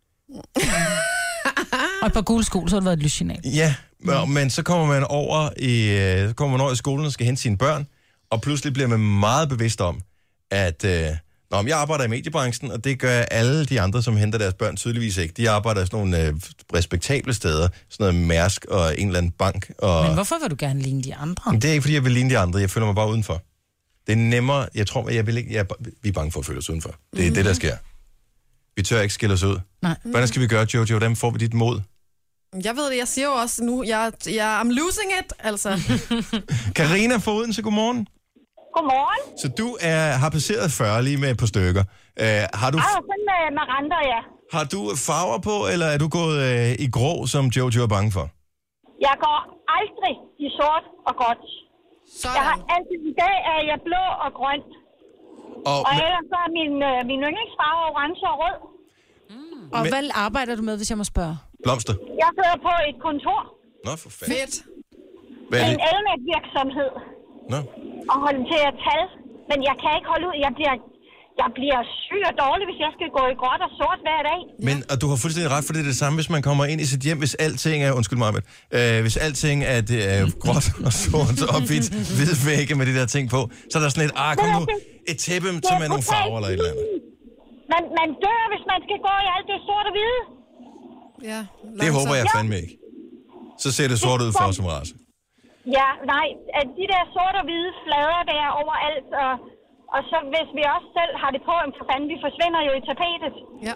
Og et par gule sko, så havde det været et lyssignal. Ja, mm. men så kommer man over i, øh, så kommer man over i skolen og skal hente sine børn, og pludselig bliver man meget bevidst om, at øh, nå, men jeg arbejder i mediebranchen, og det gør alle de andre, som henter deres børn, tydeligvis ikke. De arbejder i sådan nogle øh, respektable steder, sådan noget Mærsk og en eller anden bank. Og... Men hvorfor vil du gerne ligne de andre? Men det er ikke, fordi jeg vil ligne de andre. Jeg føler mig bare udenfor. Det er nemmere. Jeg tror, jeg vil ikke... Jeg er, ba- vi er bange for at føle os udenfor. Det er mm-hmm. det, der sker. Vi tør ikke skille os ud. Nej. Hvordan skal vi gøre, Jojo? Hvordan får vi dit mod? Jeg ved det, jeg siger jo også nu, jeg, jeg I'm losing it, altså. Karina fra Odense, godmorgen. Godmorgen. Så du er, har passeret fyrre lige med et par stykker. Uh, har, du, Ej, sådan med, med renter, ja. har du farver på, eller er du gået uh, i grå, som Jojo er bange for? Jeg går aldrig i sort og gråt. Sådan. Jeg har altid, i dag er jeg blå og grøn. Og, Og men, ellers så er min, øh, min yndlingsfarve orange og rød. Og Men- hvad arbejder du med, hvis jeg må spørge? blomster. Jeg sidder på et kontor. Nå, for fanden. Fedt. Hvad er En det? elnet-virksomhed. Nå. Og holde til at tal. Men jeg kan ikke holde ud. Jeg bliver, jeg bliver syg og dårlig, hvis jeg skal gå i gråt og sort hver dag. Men, og du har fuldstændig ret, for det er det samme, hvis man kommer ind i sit hjem, hvis alting er, undskyld mig, men, øh, hvis alting er, det er gråt og sort og hvidt, hvid vægge med de der ting på, så er der sådan et, ah, kom nu, et tæppe, som er nogle farver eller et eller andet. Man, man dør, hvis man skal gå i alt det sort og hvide. Ja, Det håber jeg fandme ikke. Så ser det sort ud for os som race. Ja, nej, at de der sorte og hvide flader der overalt, og, og så hvis vi også selv har det på, for fanden, vi forsvinder jo i tapetet. Ja.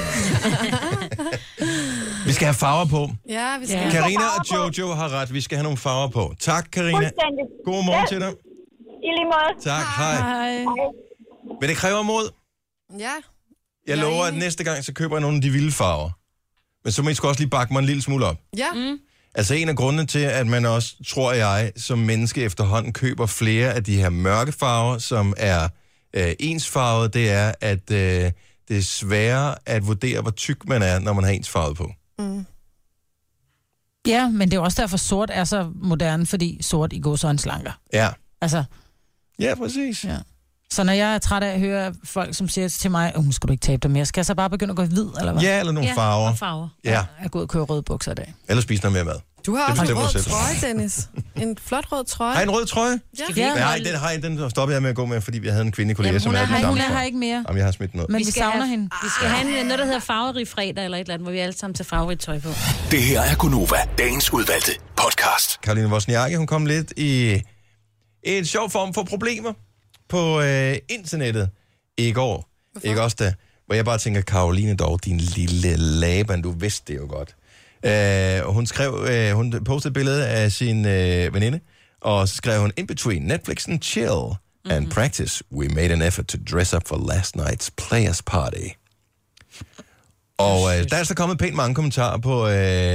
Vi skal have farver på. Ja, vi skal. Ja. Karina og Jojo har ret. Vi skal have nogle farver på. Tak, Karina. Fuldstændig. God morgen Ja. til dig. I lige måde. Tak, hej. Hej. Men det kræver mod. Ja. Jeg lover, at næste gang, så køber jeg nogle af de vilde farver. Men så må I sgu også lige bakke mig en lille smule op. Ja. Mm. Altså en af grundene til, at man også, tror jeg, som menneske efterhånden køber flere af de her mørke farver, som er øh, ensfarvede, det er, at øh, det er sværere at vurdere, hvor tyk man er, når man har ensfarvet på. Mm. Ja, men det er også derfor, sort er så moderne, fordi sort i går så en slanker. Ja. Altså, Ja, præcis. Ja. Så når jeg er træt af at høre folk, som siger til mig, oh, skal du ikke tabe dig mere? Skal jeg så bare begynde at gå i hvid, eller hvad? Ja, eller nogle ja, farver. farver. Ja. Jeg går ud og kører røde bukser i dag. Eller spise noget mere mad. Du har det også en rød selv. trøje, Dennis. En flot rød trøje. Har I en rød trøje? Ja. Ja. Nej, den, har jeg, den stoppede jeg med at gå med, fordi vi havde en kvindekollega, som hun havde er, den samme. Hun er her ikke mere. Jamen, jeg har smidt noget. Men vi, Vi skal savner have- hende. Vi skal have en, noget, der hedder farverig fredag, eller et eller andet, hvor vi alle sammen tager farverigt tøj på. Det her er Gonova, dagens udvalgte podcast. Karoline Wozniacki, hun kom lidt i et sjov form for problemer på øh, internettet i går. Hvorfor? Ikke også da? Hvor jeg bare tænker, Karoline dog, din lille laban, du vidste det jo godt. Uh, hun skrev, uh, hun postede et billede af sin uh, veninde, og så skrev hun, in between Netflix and chill mm-hmm. and practice, we made an effort to dress up for last night's players party. Og uh, der er så kommet pænt mange kommentarer på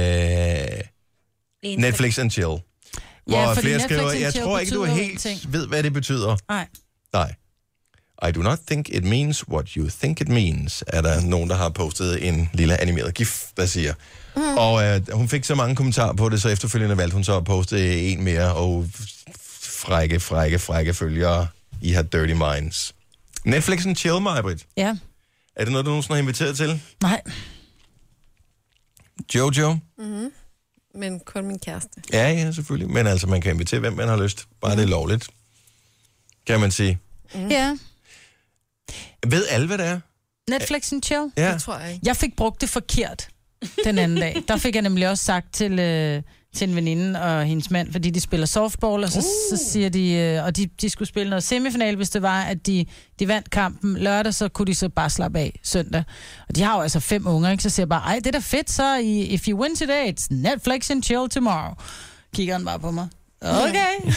uh, Netflix and chill. Ja, Hvor fordi flere Netflix skriver, and jeg chill tror ikke, du betyder helt ingenting." ved, hvad det betyder. Nej. Nej. I do not think it means what you think it means, er der nogen, der har postet en lille animeret gif, der siger. Mm. Og øh, hun fik så mange kommentarer på det, så efterfølgende valgte hun så at poste en mere, og frække, frække, frække følgere. I har dirty minds. Netflix and chill, Maj-Brit. Ja. Er det noget, du nogensinde har inviteret til? Nej. Jojo? Mm-hmm. Men kun min kæreste. Ja, ja, selvfølgelig. Men altså, man kan invitere, hvem man har lyst. Bare mm. det er lovligt. Kan man sige. Mm. Ja. Ved alle, hvad det er? Netflix and chill? Ja. Det tror jeg ikke. Jeg fik brugt det forkert den anden dag. Der fik jeg nemlig også sagt til, øh, til en veninde og hendes mand, fordi de spiller softball, og så, uh. så siger de, øh, og de, de skulle spille noget semifinal, hvis det var, at de, de vandt kampen lørdag, så kunne de så bare slappe af søndag. Og de har jo altså fem unger, ikke? Så siger jeg bare, ej, det er da fedt, så i, if you win today, it's Netflix and chill tomorrow. Kigger han bare på mig. Okay.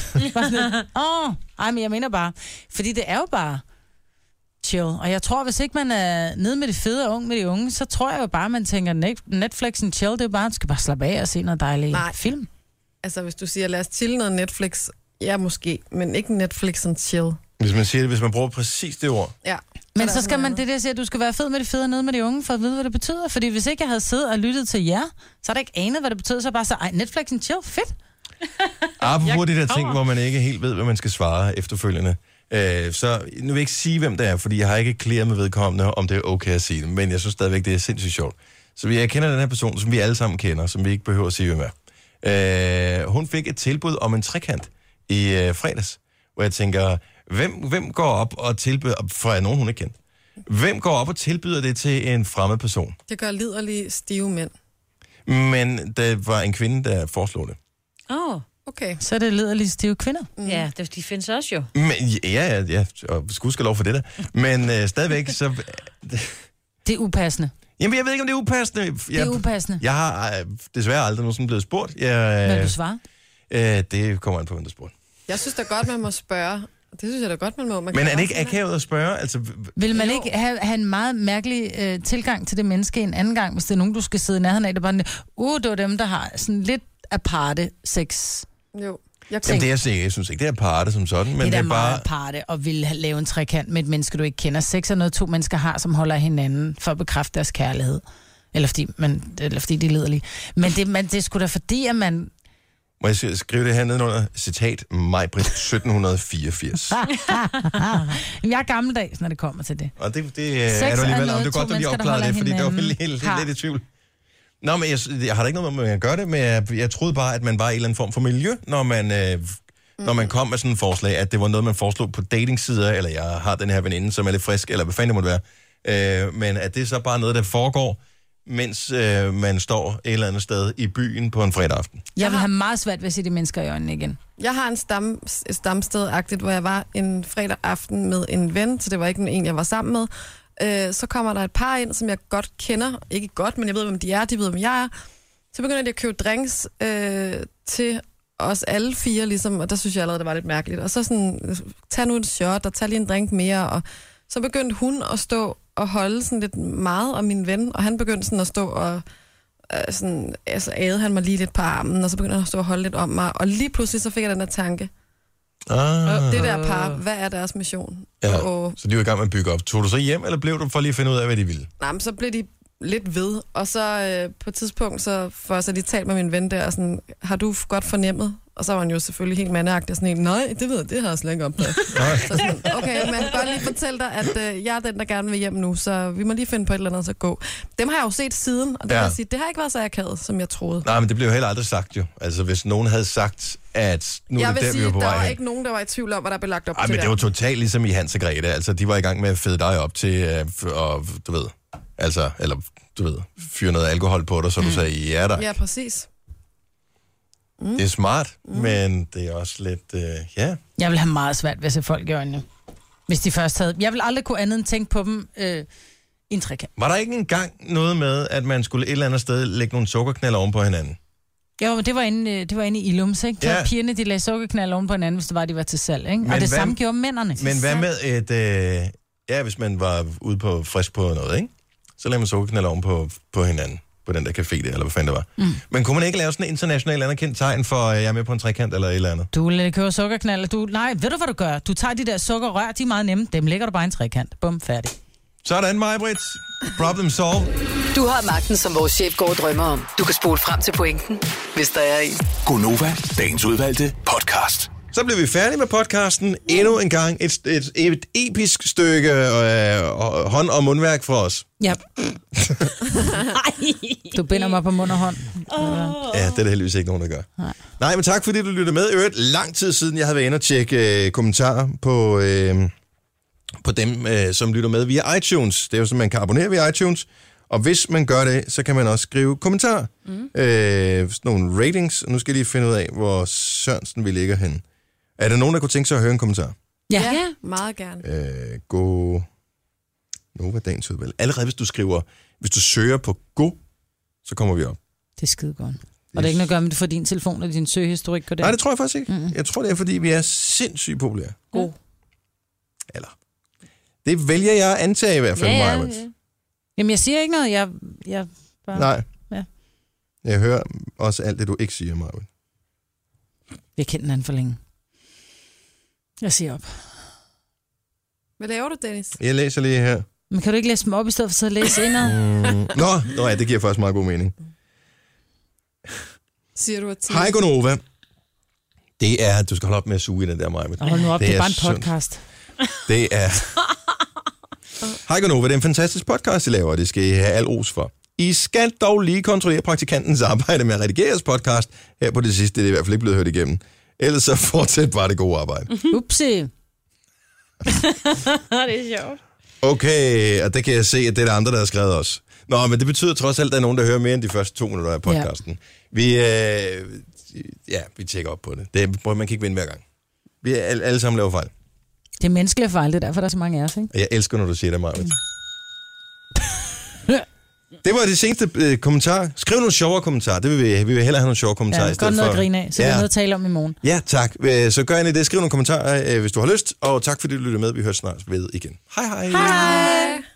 Åh, oh, ej, men jeg mener bare, fordi det er jo bare chill. Og jeg tror, hvis ikke man er nede med de fede og ung med de unge, så tror jeg jo bare, man tænker, Netflix and chill, det er bare, man skal bare slappe af og se noget dejligt Nej. film. Altså, hvis du siger, lad os chille noget Netflix, ja, måske, men ikke Netflix and chill. Hvis man siger det, hvis man bruger præcis det ord. Ja. Men så skal man det der sige, at du skal være fed med de fede og nede med de unge, for at vide, hvad det betyder. Fordi hvis ikke jeg havde siddet og lyttet til jer, så er der ikke anet, hvad det betyder. Så bare så, ej, Netflix and chill, fedt. Apropos de der ting, hvor man ikke helt ved, hvad man skal svare efterfølgende. Øh, så nu vil jeg ikke sige, hvem det er, fordi jeg har ikke clear med vedkommende, om det er okay at sige det, men jeg synes stadigvæk, det er sindssygt sjovt. Så jeg kender den her person, som vi alle sammen kender, som vi ikke behøver at sige, hvem er. Øh, hun fik et tilbud om en trekant i øh, fredags, hvor jeg tænker, hvem, hvem går op og tilbyder, for nogen hun ikke kendt, hvem går op og tilbyder det til en fremmed person? Det gør liderlige stive mænd. Men det var en kvinde, der foreslog det. Åh. Oh. Okay. Så er det liderlige stive kvinder. Mm. Ja, det, de findes også jo. Men, ja, ja, ja, og skud skal lov for det der. Men øh, stadigvæk, så... Det er upassende. Jamen, jeg ved ikke, om det er upassende. Jeg, Det er upassende. Jeg har øh, desværre aldrig nogensinde blevet spurgt. Jeg, Hvad vil du svare? Øh, det kommer an på, hvem der spurgt. Jeg synes da godt, man må spørge. Det synes jeg da godt, man må. Man Men kan er det ikke også- akavet at spørge? Altså, Vil man ikke have, have en meget mærkelig øh, tilgang til det menneske en anden gang, hvis det er nogen, du skal sidde i nærheden af? Det er bare, uh, det var dem, der har sådan lidt aparte sex. Jo. Jeg Jamen, det jeg siger, jeg synes ikke, det er aparte som sådan, men det er det da er bare... meget aparte og vil have- lave en trekant med et menneske, du ikke kender. Sex er noget, to mennesker har, som holder af hinanden for at bekræfte deres kærlighed. Eller fordi, man, eller fordi de er liderlige. Men det, man, det er sgu da fordi, at man... Må jeg skrive det her nedenunder? Citat, Maj-Brit, sytten fireogfirs. Jeg er gammeldags, når det kommer til det. Og det, det øh, Sex er du alligevel, er om det er noget, godt, to at vi mennesker, der opklarede det, holder fordi det var hinanden, lidt, lidt, har. lidt i tvivl. Nå, men jeg, jeg har da ikke noget med at gøre det, men jeg, jeg troede bare, at man var i en eller anden form for miljø, når man, øh, mm. når man kom med sådan en forslag, at det var noget, man foreslog på datingsider, eller jeg har den her veninde, som er lidt frisk, eller hvad fanden det måtte være. Øh, men at det er så bare noget, der foregår, mens øh, man står et eller andet sted i byen på en fredag aften. Jeg vil have meget svært ved at se de mennesker i øjnene igen. Jeg har en stam, et stamsted-agtigt, hvor jeg var en fredag aften med en ven, så det var ikke en, jeg var sammen med. Øh, så kommer der et par ind, som jeg godt kender. Ikke godt, men jeg ved, hvem de er. De ved, hvem jeg er. Så begynder de at købe drinks øh, til os alle fire, ligesom, og der synes jeg allerede, det var lidt mærkeligt. Og så sådan, tag nu en shot, og tag lige en drink mere. Og så begyndte hun at stå og holde sådan lidt meget om min ven, og han begyndte sådan at stå og øh, sådan, altså æde han mig lige lidt på armen, og så begyndte han at stå og holde lidt om mig. Og lige pludselig så fik jeg den der tanke. Ah. Det der par, hvad er deres mission? Ja, og, så de var i gang med at bygge op. Tog du så hjem, eller blev du for lige at finde ud af, hvad de ville? nej, men så blev de lidt ved, og så øh, på et tidspunkt, så får jeg så lige talt med min ven der, og sådan, har du godt fornemmet, Og så var han jo selvfølgelig helt mandeagtig og sådan en, nej, det ved jeg, det har jeg slet ikke opdaget. Så sådan, okay, men jeg kan godt lige fortælle dig, at øh, jeg er den, der gerne vil hjem nu, så vi må lige finde på et eller andet, så gå. Dem har jeg jo set siden, og det, ja. vil sige, det har ikke været så akavet, som jeg troede. Nej, men det blev jo heller aldrig sagt jo. Altså, hvis nogen havde sagt, at nu jeg er det vil der, sige, vi var på der vej var hen. ikke nogen, der var i tvivl om, hvad der blev lagt op Ej, til men der. det var totalt ligesom i Hans og Grete. Altså, de var i gang med at fede dig op til, øh, og du ved, altså, eller du ved, fyre noget alkohol på dig, så mm. du sagde, ja da. Ja, præcis. Mm. Det er smart, mm. men det er også lidt, øh, ja. Jeg vil have meget svært ved at se folk i øjnene, hvis de først havde... Jeg vil aldrig kunne andet end tænke på dem øh, i en trekant. Var der ikke engang noget med, at man skulle et eller andet sted lægge nogle sukkerknaller oven på hinanden? Jo, men det var inde, det var inde i Ilums, ikke? Ja. Pigerne, de lagde sukkerknaller oven på hinanden, hvis det var, de var til salg, ikke? Men og det hvad, samme gjorde mændene. Men hvad med et... Øh, ja, hvis man var ude på frisk på noget, ikke? Så lagde man sukkerknaller oven på, på hinanden. På den der café der, eller hvad fanden det var. Mm. Men kunne man ikke lave sådan en international anerkendt tegn for, at jeg er med på en trekant eller et eller andet? Du vil købe sukkerknaller. Du, nej, ved du, hvad du gør? Du tager de der sukkerrør, de er meget nemme. Dem lægger du bare i en trekant. Bum, færdig. Sådan, Maj-Brit. Problem solved. Du har magten, som vores chef går og drømmer om. Du kan spole frem til pointen, hvis der er en. Gonova, dagens udvalgte podcast. Så bliver vi færdige med podcasten. Endnu en gang et, et, et episk stykke øh, hånd- og mundværk fra os. Ja. Du binder mig på mund og hånd. Oh. Ja, det er der heldigvis ikke nogen, der gør. Nej, Nej men tak fordi du lyttede med. Øvrigt, lang tid siden, jeg havde været inde og tjekke øh, kommentarer på, øh, på dem, øh, som lytter med via iTunes. Det er jo sådan, man kan abonnere via iTunes. Og hvis man gør det, så kan man også skrive kommentarer. Mm. Øh, sådan nogle ratings. Nu skal jeg lige finde ud af, hvor Sørensen vi ligger henne. Er der nogen, der kunne tænke sig at høre en kommentar? Ja, ja meget gerne. Øh, gå... Nova dagens udvalg. Allerede hvis du skriver, hvis du søger på Go, så kommer vi op. Det er skide godt. Og det er ikke noget at gøre med, for din telefon og din søgehistorik går der? Nej, det tror jeg faktisk ikke. Mm-hmm. Jeg tror, det er, fordi vi er sindssygt populære. Go. Eller... Det vælger jeg at antage i hvert fald, ja, ja, Maja. ja. Jamen, jeg siger ikke noget. Jeg, jeg bare... Nej. Ja. Jeg hører også alt det, du ikke siger, Maja. Vi har kendt hinanden for længe. Jeg siger op. Hvad laver du, Dennis? Jeg læser lige her. Men kan du ikke læse dem op, i stedet for at læse indad? Mm. Nå, nå ja, det giver faktisk meget god mening. Siger du, at... Hej, Gonova. Det er... Du skal holde op med at suge i den der, Maja. Hold nu op, det, det er bare en podcast. Sundt. Det er... Hej, Gonova. Det er en fantastisk podcast, I laver, og det skal I have al ros for. I skal dog lige kontrollere praktikantens arbejde med at redigere jeres podcast. Her på det sidste, det er i hvert fald ikke blevet hørt igennem. Ellers så fortsæt bare det gode arbejde. Upsi. Det er sjovt. Okay, og det kan jeg se, at det er der andre, der har skrevet også. Nå, men det betyder trods alt, at der er nogen, der hører mere end de første to minutter af podcasten. Ja. Vi, øh, ja, vi tjekker op på det. det er, man kan ikke vinde hver gang. Vi er alle, alle sammen laver fejl. Det er menneskelige fejl, det er derfor, der er så mange af os, ikke? Og jeg elsker, når du siger det, Maja. Det var det seneste øh, kommentar. Skriv nogle sjovere kommentarer. Det vil vi, vi vil hellere have nogle sjove kommentarer. Ja, i stedet godt noget for... at grine af, så ja. Det er noget at tale om i morgen. Ja, tak. Så gør endelig det. Skriv nogle kommentarer, øh, hvis du har lyst. Og tak fordi du lyttede med. Vi hører snart ved igen. Hej hej. Hej.